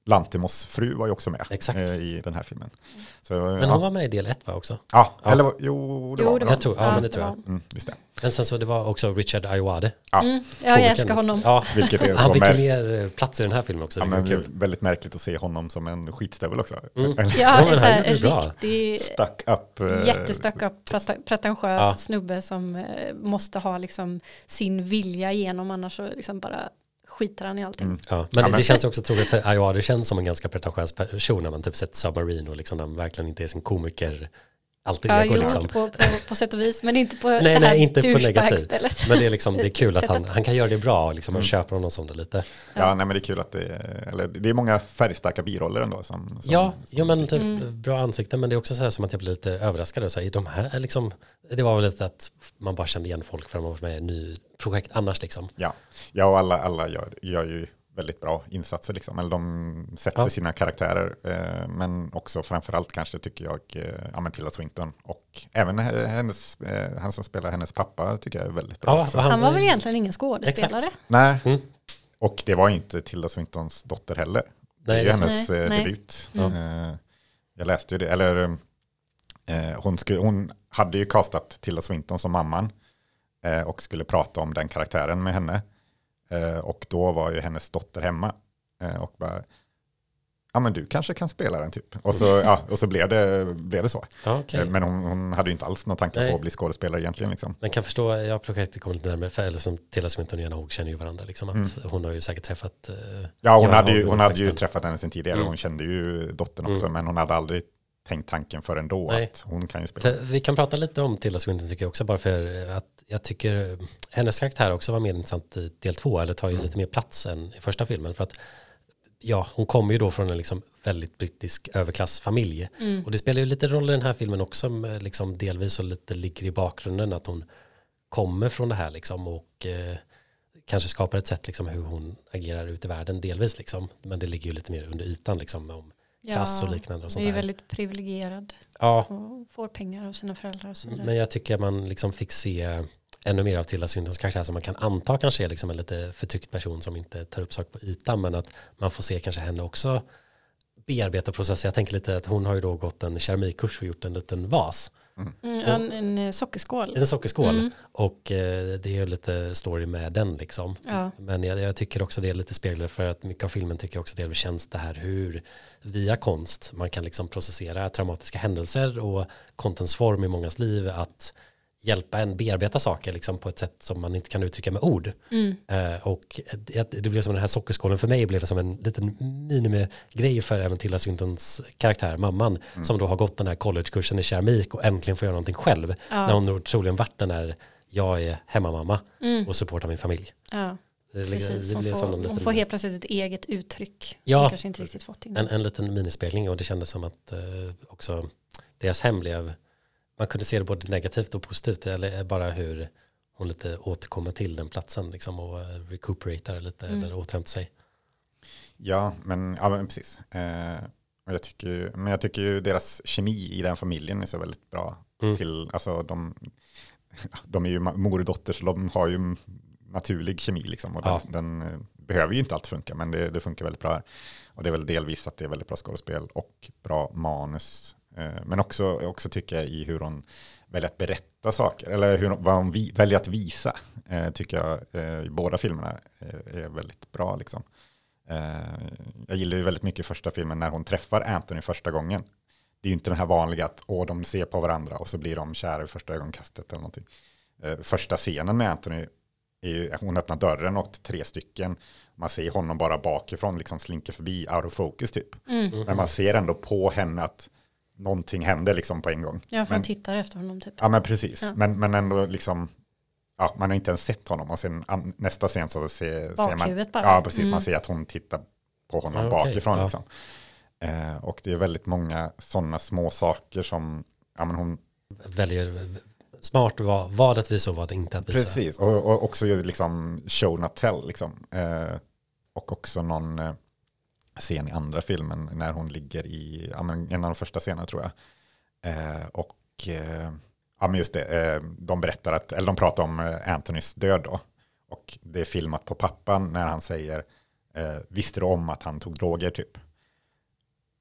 Lantimos fru var ju också med Exakt. I den här filmen. Så, Men hon var med i del 1 va också? Ja, Ja. eller jo, det var det. Jag tror, men det tror jag. Just det. Men sen så det var också Richard Ayoade. Ja, Ja, jag älskar honom. Ja, vilket är han så fick märkligt. mer plats i den här filmen också. Ja, Det var men kul. väldigt märkligt att se honom som en skitstövel också. Mm. Ja, Ja, men så han här, gjorde en det bra. riktig Stuck up. jättestuck up, pretentiös Ja. snubbe som måste ha liksom sin vilja igenom, annars så liksom bara skiter han i allting. Ja, men det känns också troligt för Ayoade känns som en ganska pretentiös person när man typ sett Submarine och liksom när man verkligen inte är sin komiker alltid Ja, ego jo, liksom. på sätt och vis, men inte på det Nej, här inte på negativt. douchebag-stället. Men det är liksom, det är kul att Sättet. han kan göra det bra liksom, man köper honom som det lite. Ja, nej, men det är kul att det är många färgstarka biroller ändå. Men typ bra ansikten, men det är också så här som att jag blir lite överraskad och så här, i de här liksom, det var väl lite att man bara kände igen folk för att man var med i en ny projekt annars liksom. Ja, och alla gör ju väldigt bra insatser liksom. Eller de sätter sina karaktärer. Men också framförallt kanske tycker jag Tilda Swinton. Och även han som spelar hennes pappa tycker jag är väldigt bra också. Han var väl egentligen ingen skådespelare? Exakt. Nej, och det var inte Tilda Swintons dotter heller. Det är ju hennes debut. Jag läste ju det. Eller hon hade ju castat Tilda Swinton som mamman. Och skulle prata om den karaktären med henne. Och då var ju hennes dotter hemma. Och bara, men du kanske kan spela den typ. Och så blev det så. Okay. Men hon hade ju inte alls någon tanke på att bli skådespelare egentligen. Liksom. Men kan förstå, projektet kommer lite närmare, eller som Tilda Swinton och Joanna Hogg känner ju varandra. Liksom, att hon har ju säkert träffat... hon hade ju träffat henne sen tidigare. Hon kände ju dottern också, men hon hade aldrig tänkt tanken förrän då att hon kan ju spela. För vi kan prata lite om Tilda Swinton tycker jag också, bara för att jag tycker hennes karaktär också var mer intressant i del 2, eller tar ju lite mer plats än i första filmen, för att hon kommer ju då från en liksom väldigt brittisk överklassfamilj, och det spelar ju lite roll i den här filmen också, liksom delvis och lite ligger i bakgrunden att hon kommer från det här liksom, och kanske skapar ett sätt liksom hur hon agerar ut i världen delvis liksom, men det ligger ju lite mer under ytan liksom om klass och liknande och sånt där. Är väldigt privilegierad och får pengar av sina föräldrar och så vidare. Men jag tycker att man liksom fick se ännu mer av Tilda Swintons karaktär som man kan anta kanske är liksom en lite förtryckt person som inte tar upp saker på ytan, men att man får se kanske henne också bearbeta processer. Jag tänker lite att hon har ju då gått en keramikkurs och gjort en liten vas. En sockerskål. En sockerskål. Och det är ju lite story med den liksom. Ja. Men jag tycker också det är lite speglare, för att mycket av filmen tycker jag också det känns det här hur via konst man kan liksom processera traumatiska händelser och konstens form i mångas liv att hjälpa en bearbeta saker liksom på ett sätt som man inte kan uttrycka med ord. Och det blev som den här sockerskålen för mig blev som en liten minimigrej för även Tilda Swintons karaktär, mamman, som då har gått den här collegekursen i keramik och äntligen får göra någonting själv. När hon troligen varit den här, jag är hemmamamma och supportar min familj. Ja. Precis, hon får helt plötsligt ett eget uttryck. Hon kanske inte riktigt fått in. En liten minispegling, och det kändes som att också deras hem blev, man kunde se det både negativt och positivt, eller bara hur hon lite återkommer till den platsen liksom, och recuperatar lite eller återhämtar sig. Ja, men precis. Och jag tycker ju deras kemi i den familjen är så väldigt bra. Alltså de är ju mor och dotter, så de har ju naturlig kemi liksom, och den behöver ju inte alltid funka, men det funkar väldigt bra här. Och det är väl delvis att det är väldigt bra skådespel och bra manus. Men också tycker jag i hur hon väljer att berätta saker, eller vad hon väljer att visa, tycker jag i båda filmerna är väldigt bra liksom. Jag gillar ju väldigt mycket första filmen när hon träffar Anthony första gången. Det är ju inte den här vanliga att de ser på varandra och så blir de kära i första ögonkastet eller någonting. Första scenen med Anthony är ju, hon öppnar dörren åt 3 stycken. Man ser honom bara bakifrån liksom slinker förbi out of focus typ. Men man ser ändå på henne att någonting händer liksom på en gång. Ja, för hon tittar efter honom typ. Ja, men precis. Ja. Men ändå liksom, man har inte ens sett honom. Och sen nästa scen så ser man, bara. Ja, precis. Man ser att hon tittar på honom bakifrån liksom. Och det är väldigt många sådana små saker som hon väljer smart vad att visa och vad inte att visa. Precis, och också liksom show not tell liksom. Och också någon scen i andra filmen när hon ligger i en av de första scenerna tror jag. Men just det, de berättar eller de pratar om Anthonys död då. Och det är filmat på pappan när han säger visste du om att han tog droger typ.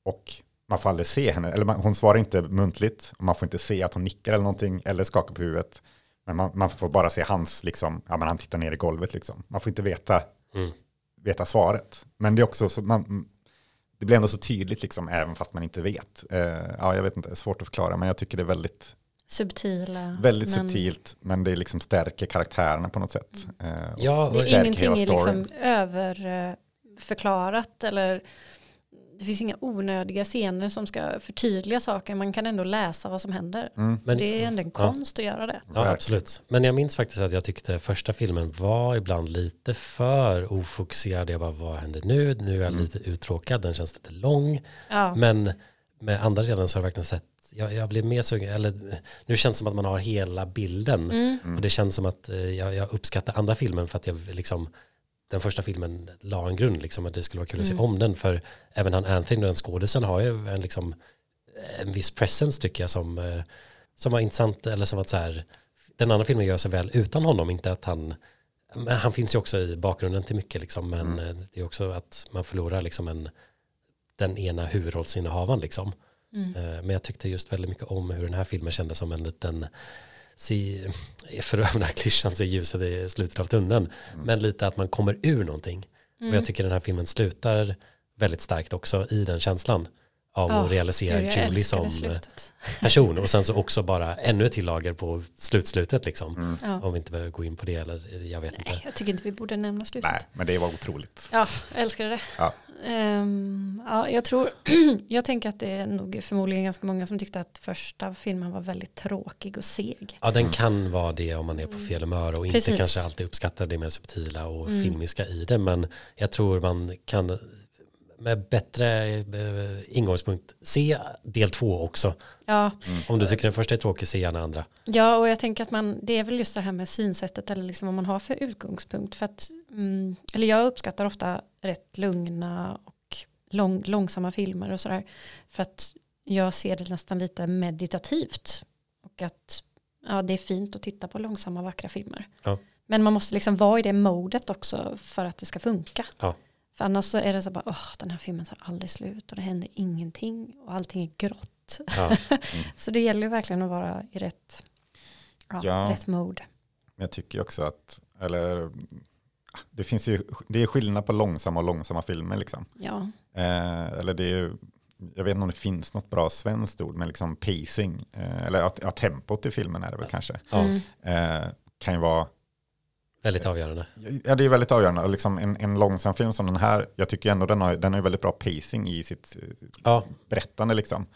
och man får aldrig se henne, eller hon svarar inte muntligt, och man får inte se att hon nickar eller någonting, eller skakar på huvudet. Men man får bara se hans, liksom, ja, men han tittar ner i golvet. Liksom. Man får inte veta svaret. Men det är också så, det blir ändå så tydligt, liksom, även fast man inte vet. Ja, jag vet inte, det är svårt att förklara, men jag tycker det är väldigt subtilt, men det liksom stärker karaktärerna på något sätt. Ja, det är ingenting är liksom överförklarat, eller det finns inga onödiga scener som ska förtydliga saker. Man kan ändå läsa vad som händer. Men det är ändå en konst att göra det. Ja, absolut. Men jag minns faktiskt att jag tyckte första filmen var ibland lite för ofokuserad. Jag bara, vad händer nu? Nu är jag lite uttråkad. Den känns lite lång. Ja. Men med andra delen så har jag verkligen sett, jag blir mer sugen, eller nu känns det som att man har hela bilden. Och det känns som att jag uppskattar andra filmen för att jag liksom, den första filmen la en grund, liksom, att det skulle vara kul att se om den, för även han Anthony, den skådisen, har ju en viss presence, tycker jag, som var intressant, eller som att så här, den andra filmen gör sig väl utan honom, inte att han finns ju också i bakgrunden till mycket, liksom, men det är också att man förlorar liksom den ena huvudrollsinnehavaren, liksom. Men jag tyckte just väldigt mycket om hur den här filmen kändes som en liten, för den här klyschan, se ljuset i slutet av tunneln, men lite att man kommer ur någonting. Och jag tycker den här filmen slutar väldigt starkt också i den känslan av att realisera Julie som person, och sen så också bara ännu ett lager på slutet, liksom. Om vi inte behöver gå in på det, eller jag vet inte. Jag tycker inte vi borde nämna slutet. Nej, men det var otroligt. Ja, jag älskade det. Ja. Jag tänker att det är nog förmodligen ganska många som tyckte att första filmen var väldigt tråkig och seg. Ja, den kan vara det om man är på fel humör och inte kanske alltid uppskattar det mer subtila och filmiska i det, men jag tror man kan med bättre ingångspunkt se del 2 också. Ja. Om du tycker den första är tråkig, se gärna andra. Ja, och jag tänker att det är väl just det här med synsättet, eller liksom vad man har för utgångspunkt. För att, eller jag uppskattar ofta rätt lugna och långsamma filmer och sådär. För att jag ser det nästan lite meditativt. Och att det är fint att titta på långsamma, vackra filmer. Ja. Men man måste liksom vara i det modet också för att det ska funka. Ja. För annars så är det så bara, den här filmen tar aldrig slut och det händer ingenting och allting är grått. Ja. Så det gäller ju verkligen att vara i rätt mode. Jag tycker också att, det är skillnad på långsamma filmer, liksom. Ja. Eller det är, jag vet inte om det finns något bra svenskt ord, men liksom pacing, eller tempot i filmen är det väl kanske. Kan ju vara väldigt avgörande. Ja, det är väldigt avgörande. Och liksom en långsam film som den här, jag tycker ändå den har väldigt bra pacing i sitt berättande, liksom.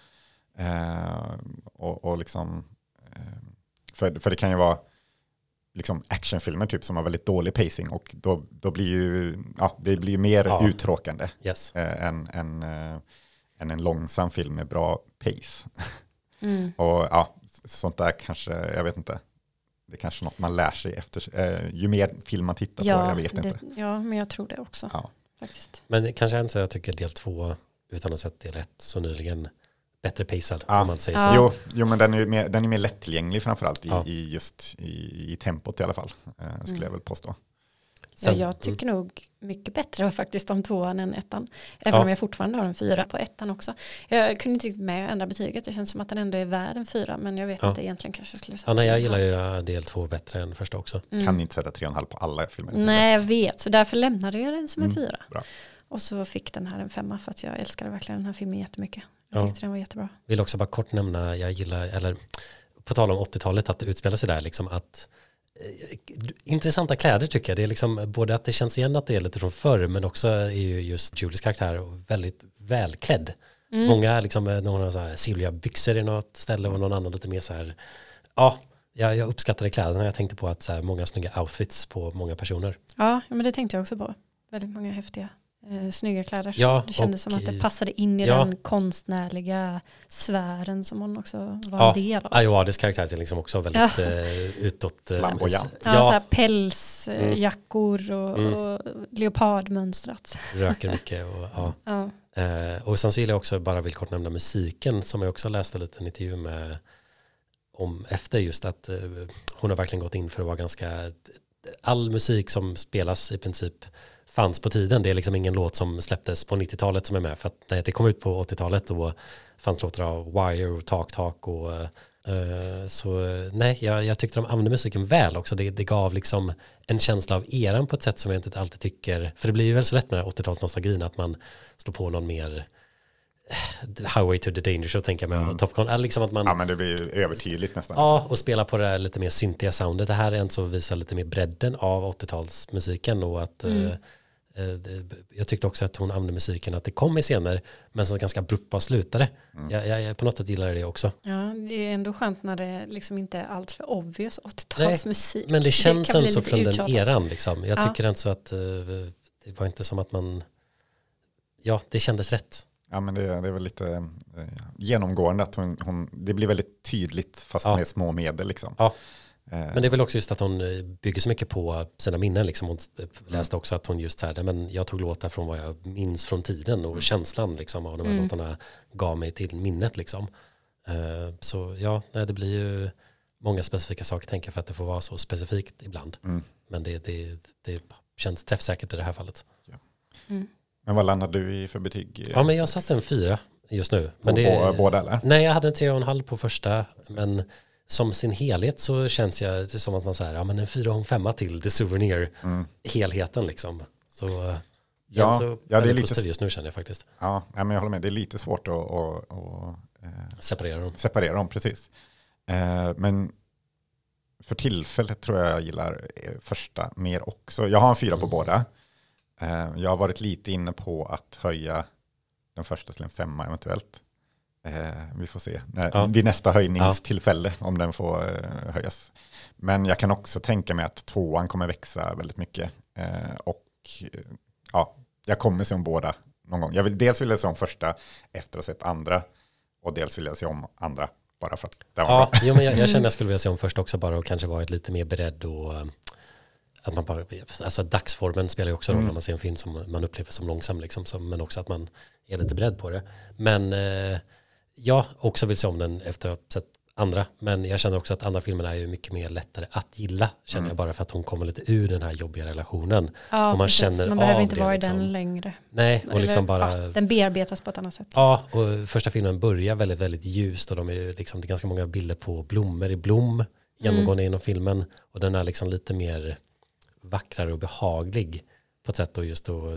Och liksom, för det kan ju vara liksom actionfilmer typ som har väldigt dålig pacing, och då blir ju det blir mer uttråkande än en långsam film med bra pace. Och sånt där kanske, jag vet inte. Det är kanske något man lär sig efter ju mer film man tittar på, jag vet inte. Ja, men jag tror det också. Ja. Faktiskt. Men kanske inte så jag tycker del 2, utan att ha sett del 1 så nyligen, bättre pacad, om man säger så. Jo, men den är mer lättillgänglig framförallt i tempot i alla fall, skulle jag väl påstå. Sen, jag tycker nog mycket bättre faktiskt om 2:an än 1:an. Även om jag fortfarande har en 4 på 1:an också. Jag kunde inte riktigt med att ändra betyget. Det känns som att den ändå är värd en 4. Men jag vet inte egentligen, kanske skulle säga. Nej, jag gillar ju del 2 bättre än första också. Kan inte sätta 3,5 på alla filmer. Nej, jag vet. Så därför lämnade jag den som en 4. Bra. Och så fick den här en 5, för att jag älskade verkligen den här filmen jättemycket. Jag tyckte den var jättebra. Vill också bara kort nämna, jag gillar, eller på tal om 80-talet, att det utspelar sig där, liksom att intressanta kläder tycker jag. Det är liksom både att det känns igen att det är lite från förr, men också är ju just Julies karaktär väldigt välklädd. Många liksom, någon har så här silliga byxor i något ställe och någon annan lite mer så här. Jag uppskattade kläderna. Jag tänkte på att så här, många snygga outfits på många personer. Ja, men det tänkte jag också på. Väldigt många häftiga snygga kläder. Ja, det kändes som att det passade in i den konstnärliga sfären som hon också var en del av. Ayoades karaktär är liksom också väldigt utåt. Flamboyant. Så här pälsjackor och leopardmönstrat. Röker mycket. Och sen så gillar jag också, bara vill kort nämna musiken, som jag också läste lite en intervju med om efter, just att hon har verkligen gått in för att vara ganska, all musik som spelas i princip fanns på tiden. Det är liksom ingen låt som släpptes på 90-talet som är med. För att när det kom ut på 80-talet då fanns låtar av Wire och Talk och så nej, jag tyckte de använde musiken väl också. Det gav liksom en känsla av eran på ett sätt som jag inte alltid tycker. För det blir ju väl så lätt med 80-talsnostalgin att man slår på någon mer Highway to the Danger Show tänker jag med Top Gun. Liksom att man, Ja, men det blir ju övertydligt nästan. ja, och spela på det här lite mer syntiga soundet. Det här är en så visar lite mer bredden av 80-talsmusiken och att jag tyckte också att hon använde musiken att det kom i scener men som ganska abrupt bara slutade. Jag på något sätt gillar det också. Ja, det är ändå skönt när det liksom inte är allt för obvious 80-talsmusik. Men det känns kan bli ändå så lite från den uttjatat. eran liksom. Jag tycker inte så att det var inte som att man det kändes rätt. Ja, men det är väl lite genomgående att det blir väldigt tydligt fast med små medel liksom. Ja. Men det är väl också just att hon bygger så mycket på sina minnen. Liksom. Hon läste också att hon just så här, men jag tog låtar från vad jag minns från tiden och känslan liksom, av de här låtarna gav mig till minnet. Liksom. Så ja, det blir ju många specifika saker tänker jag för att det får vara så specifikt ibland. Men det känns träffsäkert i det här fallet. Ja. Men vad landar du i för betyg? Ja, men jag satte en 4 just nu. Men På båda eller? Nej, jag hade en 3,5 på första, men som sin helhet så känns jag som att man säger ja men en 4,5 till The Souvenir helheten liksom. Så det är lite just nu känner jag faktiskt. Ja, men jag håller med. Det är lite svårt att separera dem precis. Men för tillfället tror jag gillar första mer också. Jag har en 4 på båda. Jag har varit lite inne på att höja den första till en 5 eventuellt. Vi får se vid nästa höjningstillfälle om den får höjas. Men jag kan också tänka mig att 2:an kommer växa väldigt mycket. Och jag kommer se om båda någon gång. Dels vill jag se om första efter att ha sett andra. Och dels vill jag se om andra bara för att det var bra. Jo, men jag känner att jag skulle vilja se om första också bara och kanske varit lite mer beredd och att man bara, alltså dagsformen spelar ju också roll när man ser en film som man upplever som långsam liksom, men också att man är lite beredd på det. Men jag också vill se om den efter att ha sett andra, men jag känner också att andra filmerna är ju mycket mer lättare att gilla, känner jag bara för att hon kommer lite ur den här jobbiga relationen. Ja, och man känner man behöver av inte det, vara liksom. i den längre. Nej, och liksom bara... Ja, den bearbetas på ett annat sätt. Ja, och första filmen börjar väldigt, väldigt ljust och de är ju liksom, det är ganska många bilder på blommor i blom genomgående genom filmen och den är liksom lite mer vackrare och behaglig på ett sätt och just då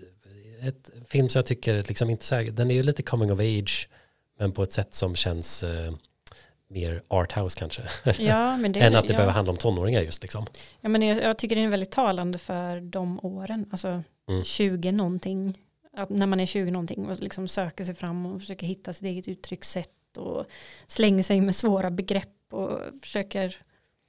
ett film som jag tycker liksom inte så här, den är ju lite coming of age men på ett sätt som känns mer arthouse kanske. Ja, men det, än att det behöver handla om tonåringar just liksom. Ja, men jag tycker det är väldigt talande för de åren, alltså 20 någonting, att när man är 20 någonting och liksom söker sig fram och försöker hitta sitt eget uttryckssätt och slänger sig med svåra begrepp och försöker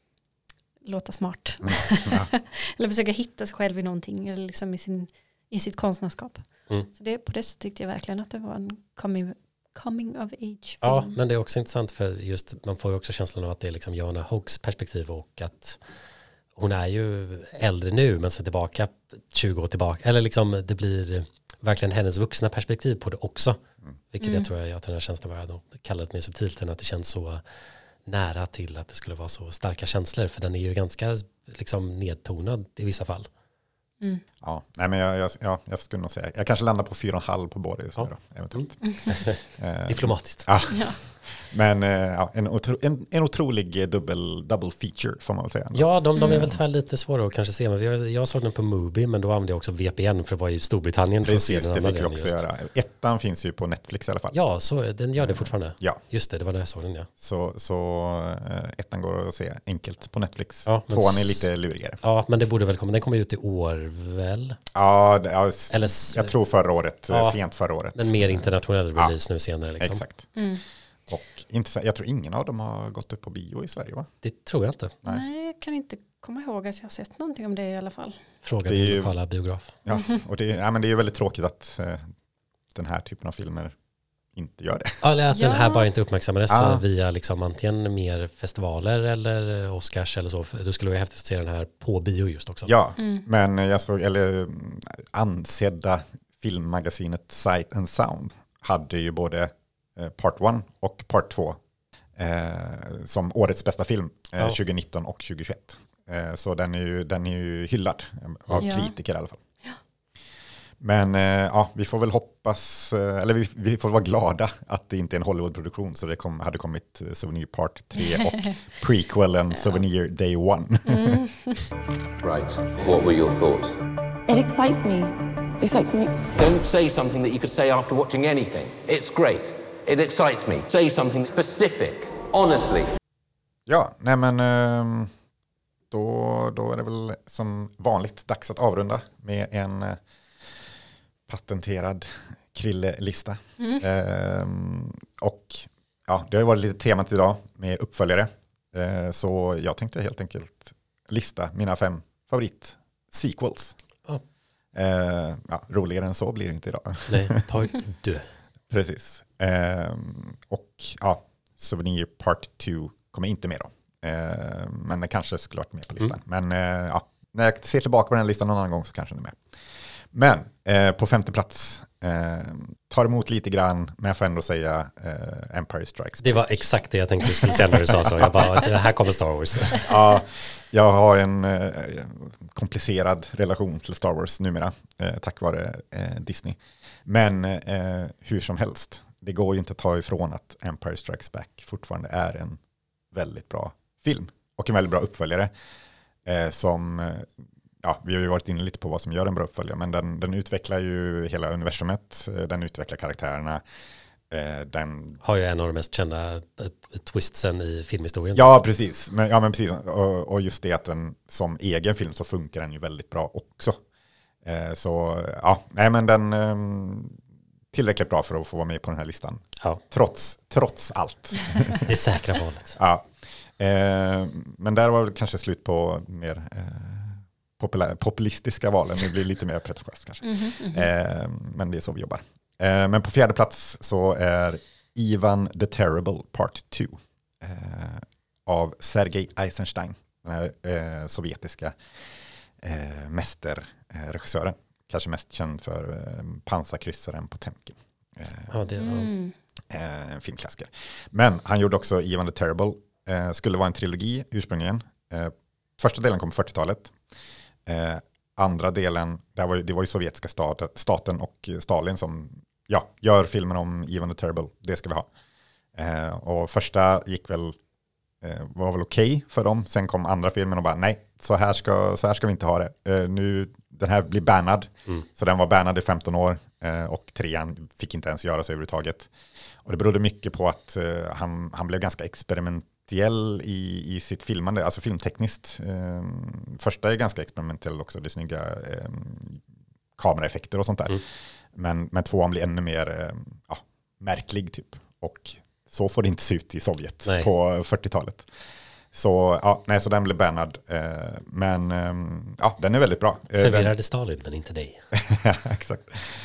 låta smart. Eller försöka hitta sig själv i någonting eller liksom i sitt konstnärskap. Så på det så tyckte jag verkligen att det var en coming of age film. Ja, men det är också intressant för just man får ju också känslan av att det är liksom Joanna Hoggs perspektiv och att hon är ju äldre nu men sen tillbaka 20 år tillbaka eller liksom det blir verkligen hennes vuxna perspektiv på det också. Vilket jag tror att den här känslan var jag kallat mig subtilt än att det känns så nära till att det skulle vara så starka känslor för den är ju ganska liksom nedtonad i vissa fall. Ja, nej men jag skulle nog säga jag kanske landar på 4,5 på båda just nu då, eventuellt. Diplomatiskt. Ja. Men en otrolig double feature får man väl säga. Ja, de är väl tyvärr lite svåra att kanske se. Men jag såg den på Mubi, men då använde jag också VPN för att vara i Storbritannien. Precis, det fick jag också göra. Ettan finns ju på Netflix i alla fall. Ja, så den gör det fortfarande. Ja. Just det var där jag såg den, ja. Så ettan går att se enkelt på Netflix. Ja, Tvåan är lite lurigare. Ja, men det borde väl komma. Den kommer ut i år väl? Ja, jag tror sent förra året. Men mer internationell release nu senare. Liksom. Exakt. Och jag tror ingen av dem har gått upp på bio i Sverige, va? Det tror jag inte. Nej, jag kan inte komma ihåg att jag har sett någonting om det i alla fall. Fråga din lokala biograf. Ja, och men det är ju väldigt tråkigt att den här typen av filmer inte gör det. Ja, eller att den här bara inte uppmärksammades via liksom antingen mer festivaler eller Oscars eller så. Det skulle vara häftigt att se den här på bio just också. Ja, men jag såg, ansedda filmmagasinet Sight and Sound hade ju både Part 1 och Part 2 som årets bästa film 2019 och 2021. Så den är ju hyllad av kritiker i alla fall. Men ja, vi får väl hoppas, eller vi får vara glada att det inte är en Hollywood-produktion, så det hade kommit Souvenir Part 3 och prequelen Souvenir Day 1. Right. What were your thoughts? It excites me. It excites me. Don't say something that you could say after watching anything. It's great. It excites me. Say something specific. Honestly. Ja, nej men då är det väl som vanligt dags att avrunda med en patenterad Krille-lista. Och ja, det har ju varit lite temat idag med uppföljare. Så jag tänkte helt enkelt lista mina 5 favorit-sequels. Ja, roligare än så blir det inte idag. Nej, part 2. Precis. Och ja, Souvenir Part 2 kommer inte med då. Men det kanske skulle varit med på listan. Men ja, när jag ser tillbaka på den här listan någon annan gång så kanske den är med. Men på 5:e plats tar emot lite grann, men jag får ändå säga Empire Strikes Back. Det var exakt det jag tänkte du skulle säga när du sa så. Jag bara, det här kommer Star Wars. Ja, jag har en komplicerad relation till Star Wars numera, tack vare Disney. Men hur som helst, det går ju inte att ta ifrån att Empire Strikes Back fortfarande är en väldigt bra film och en väldigt bra uppföljare som, ja, vi har ju varit inne lite på vad som gör en bra uppföljare, men den utvecklar ju hela universumet, den utvecklar karaktärerna. Den har ju en av de mest kända twistsen i filmhistorien. Ja, precis. Men precis. Och just det att den som egen film så funkar den ju väldigt bra också. Så ja, nej men den tillräckligt bra för att få vara med på den här listan. Ja. Trots allt. Det är säkra valet. Ja. Men där var det kanske slut på mer populistiska valen. Det blir lite mer pretentiöst kanske. Men det är så vi jobbar. Men på 4:e plats så är Ivan the Terrible Part 2 av Sergej Eisenstein, den här sovjetiska mästerregissören. Kanske mest känd för pansarkryssaren Potemkin. Ja, det var En filmklassiker. Men han gjorde också Ivan the Terrible. Skulle vara en trilogi ursprungligen. Första delen kom på 40-talet. Andra delen, det var ju sovjetiska staten och Stalin som gör filmen om Ivan the Terrible. Det ska vi ha. Och första var väl okej för dem. Sen kom andra filmen och bara nej, så här ska vi inte ha det. Nu, den här blir bannad. Så den var bannad i 15 år och 3:an fick inte ens göras överhuvudtaget. Och det berodde mycket på att han blev ganska experimentell i sitt filmande, alltså filmtekniskt. Första är ganska experimentell också, det är snygga kameraeffekter och sånt där. Men 2:an blir ännu mer märklig typ. Och så får det inte se ut i Sovjet på 40-talet. Så så den blev bannad. Men den är väldigt bra. Förvirrade Stalin, men inte dig. Exakt.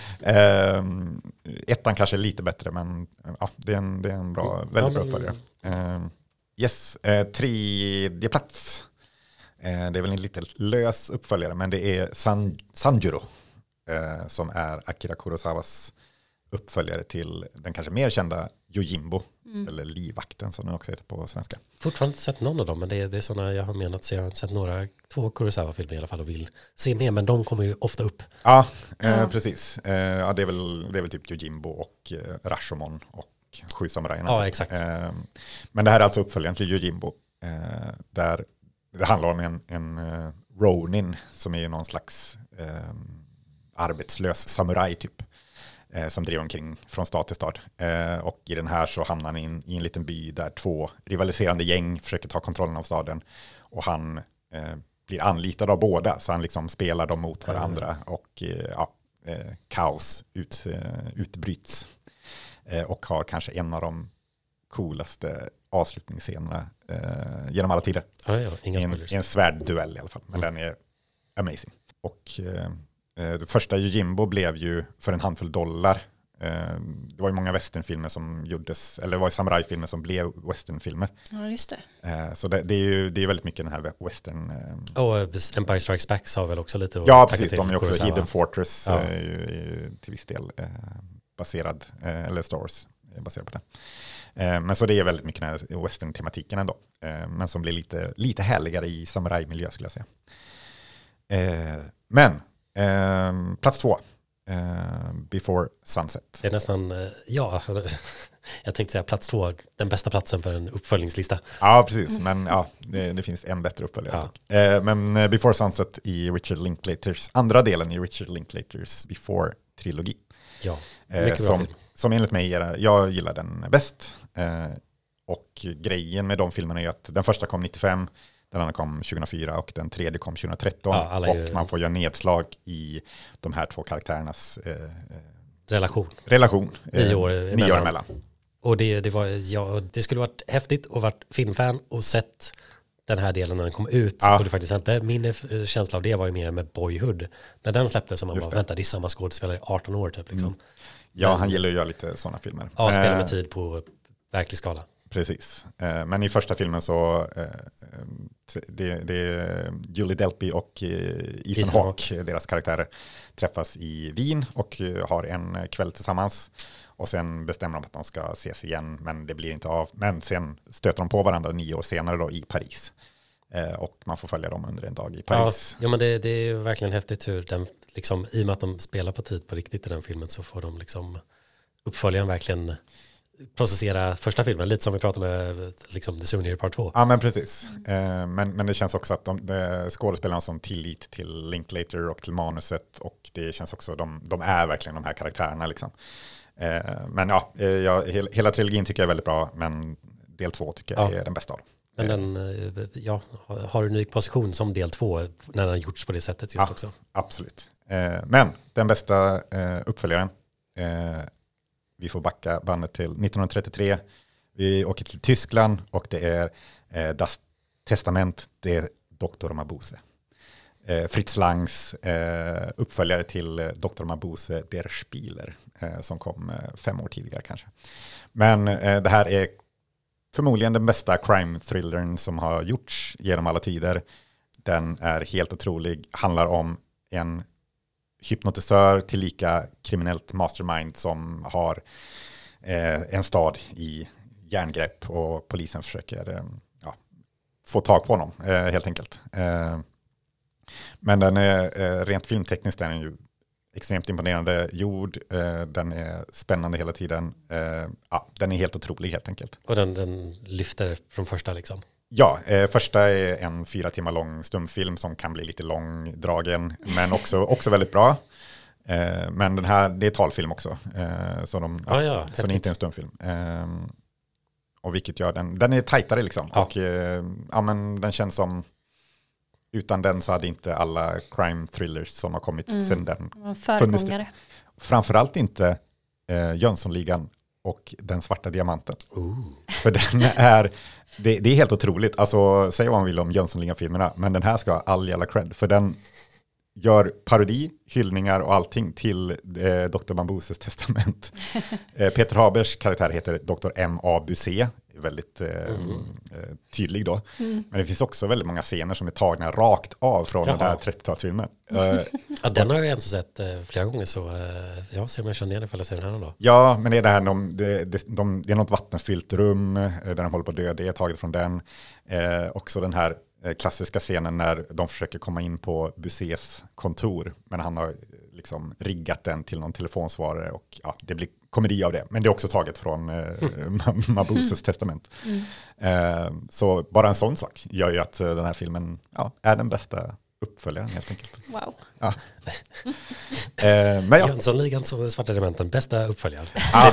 1:an kanske är lite bättre, men det är en bra, väldigt bra uppföljare. Yes, 3:e plats. Det är väl en lite lös uppföljare, men det är Sanjuro som är Akira Kurosawas uppföljare till den kanske mer kända Yojimbo, eller Livvakten som den också heter på svenska. Fortfarande inte sett någon av dem, men det är sådana jag har menat, så jag har sett 2 Kurosawa-filmer i alla fall och vill se mer, men de kommer ju ofta upp. Ja, precis. Det är väl typ Yojimbo och Rashomon och 7 samurajerna. Ja, exakt. Men det här är alltså uppföljaren till Yojimbo, där det handlar om en Ronin som är någon slags arbetslös samuraj typ, som driver omkring från stad till stad. Och i den här så hamnar han i en liten by där 2 rivaliserande gäng försöker ta kontrollen av staden. Och han blir anlitad av båda, så han liksom spelar dem mot varandra. Och kaos utbryts. Och har kanske en av de coolaste avslutningsscenerna genom alla tider. Inga spoilers. En svärdduell i alla fall, men den är amazing. Och det första Yojimbo blev ju för en handfull dollar. Det var ju många westernfilmer som gjordes, eller det var ju samurajfilmer som blev westernfilmer. Ja, just det. Så det är väldigt mycket den här western. Och Empire Strikes Back har väl också lite. Ja, precis. De är också Kurosawa. Hidden Fortress till viss del baserad, eller Star Wars är baserad på det. Men så det är väldigt mycket den här western-tematiken ändå. Men som blir lite härligare i samurajmiljö skulle jag säga. Men plats 2. Before Sunset. Det är nästan, jag tänkte säga plats 2, den bästa platsen för en uppföljningslista. Ja, precis. Men ja, det finns en bättre uppföljare. Ja. Men Before Sunset i Richard Linklaters, andra delen i Richard Linklaters Before-trilogi. Ja, mycket bra film. Som enligt mig, jag gillar den bäst. Och grejen med de filmerna är att den första kom 95, den andra kom 2004 och den tredje kom 2013. Ja, och man får göra nedslag i de här två karaktärernas relation 9 år emellan. Och det skulle varit häftigt att varit filmfan och sett den här delen när den kom ut. Ja. Och det faktiskt inte. Min känsla av det var ju mer med Boyhood. När den släpptes som man bara, vänta, det är samma skådespelare i 18 år typ liksom. Ja, han gillar att göra lite sådana filmer. Ja, spela med tid på verklig skala. Precis. Men i första filmen så det är Julie Delpy och Ethan Hawke, deras karaktärer, träffas i Wien och har en kväll tillsammans. Och sen bestämmer de att de ska ses igen, men det blir inte av. Men sen stöter de på varandra 9 år senare då i Paris. Och man får följa dem under en dag i Paris. Ja, men det är ju verkligen häftigt hur den, liksom, i och med att de spelar på tid på riktigt i den filmen så får de liksom uppföljaren verkligen processera första filmen, lite som vi pratade med liksom The Souvenir Part 2. Ja, men precis. Men det känns också att skådespelarna som tillit till Linklater och till manuset, och det känns också, de är verkligen de här karaktärerna liksom. Men ja, hela trilogin tycker jag är väldigt bra, men del 2 tycker jag är den bästa av dem. Men den har en unik position som del 2 när den har gjorts på det sättet just också. Absolut. Men den bästa uppföljaren, vi får backa bandet till 1933. Vi åker till Tyskland och det är Das Testament, det är Dr. Mabuse. Fritz Langs uppföljare till Dr. Mabuse, Der Spieler, som kom 5 år tidigare kanske. Men det här är förmodligen den bästa crime-thrillern som har gjorts genom alla tider. Den är helt otrolig, handlar om en hypnotisör till lika kriminellt mastermind som har en stad i järngrepp, och polisen försöker få tag på honom helt enkelt. Men den är rent filmtekniskt, den är ju extremt imponerande gjord, den är spännande hela tiden, den är helt otrolig helt enkelt. Och den lyfter från första liksom? Ja, första är en 4 timmar lång stumfilm som kan bli lite långdragen, men också väldigt bra. Men den här, det är talfilm också, så det är inte en stumfilm. Och vilket gör den är tajtare liksom. Ja. Och men den känns som, utan den så hade inte alla crime thrillers som har kommit sedan den funnits. Framförallt inte Jönssonligan och Den svarta diamanten. För den det är helt otroligt. Alltså, säg vad man vill om Jönssonligan-filmerna, men den här ska ha all jävla cred. För den gör parodi, hyllningar och allting till Dr. Mambuses testament. Peter Habers karaktär heter Dr. M.A. Busé. Väldigt tydlig då. Men det finns också väldigt många scener som är tagna rakt av från den här 30-talsfilmen. Ja, den har jag inte sett flera gånger, så jag ser om jag känner igen det för att se den här då. Ja, men det är det här, det är något vattenfyllt rum där de håller på att dö, det är taget från den. Också den här klassiska scenen när de försöker komma in på Busés kontor, men han har liksom riggat den till någon telefonsvarare, och det blir komedi av det. Men det är också taget från Mabuses testament. Så bara en sån sak gör ju att den här filmen är den bästa uppföljaren helt enkelt. Wow. Ja. Men Jönssonligan och Svarta diamanten, bästa uppföljare.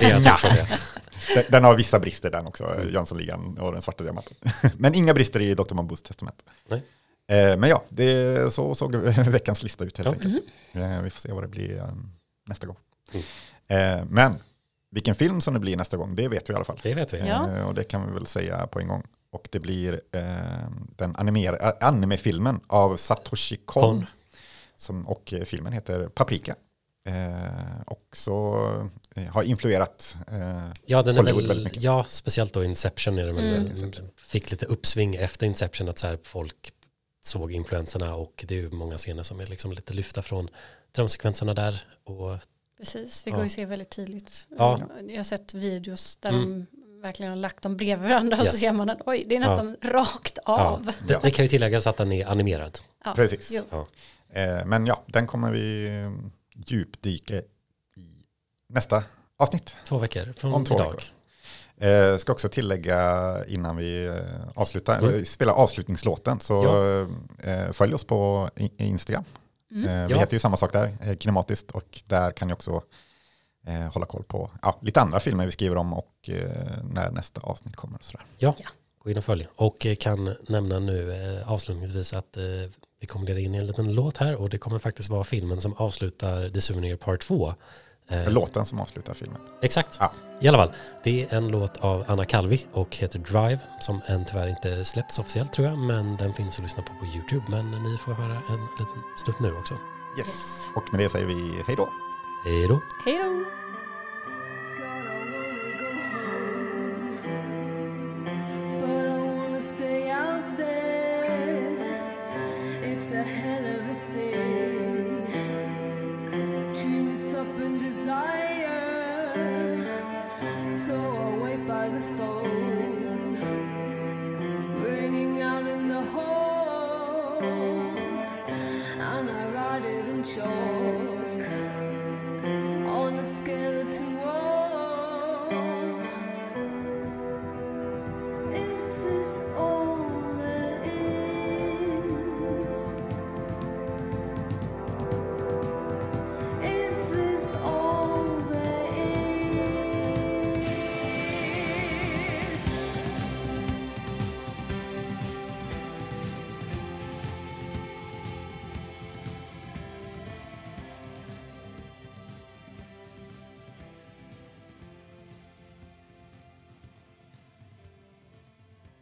Den har vissa brister den också, Jönssonligan och Den svarta diamanten. Men inga brister i Dr. Mabus testament. Nej. Men det så såg veckans lista ut helt enkelt. Vi får se vad det blir nästa gång. Men vilken film som det blir nästa gång, det vet vi i alla fall. Det vet vi. Och det kan vi väl säga på en gång. Och det blir den animefilmen av Satoshi Kon. Och filmen heter Paprika. Och så har influerat Hollywood väldigt mycket. Ja, speciellt då Inception. Fick lite uppsving efter Inception, att så här, folk såg influenserna, och det är ju många scener som är liksom lite lyfta från drömsekvenserna där. Och precis, det går ju att se väldigt tydligt. Ja. Jag har sett videos där de verkligen har lagt dem bredvid varandra, och så ser man att det är nästan rakt av. Ja. Det kan ju tilläggas att den är animerad. Precis. Men den kommer vi djupdyka i nästa avsnitt. 2 veckor från Om 2 idag. veckor. Ska också tillägga innan vi avslutar, eller spelar avslutningslåten, så följ oss på Instagram. Vi heter ju samma sak där, Kinematiskt, och där kan ni också hålla koll på lite andra filmer vi skriver om och när nästa avsnitt kommer. Och sådär. Ja, gå in och följ. Och kan nämna nu avslutningsvis att vi kommer leda in i en liten låt här, och det kommer faktiskt vara filmen som avslutar The Souvenir Part 2. Låten som avslutar filmen. Exakt, Ja. I alla fall. Det är en låt av Anna Calvi och heter Drive, som tyvärr inte släpps officiellt tror jag, men den finns att lyssna på YouTube. Men ni får höra en liten stund nu också. Yes. Och med det säger vi hej då. Hej då. Hej då!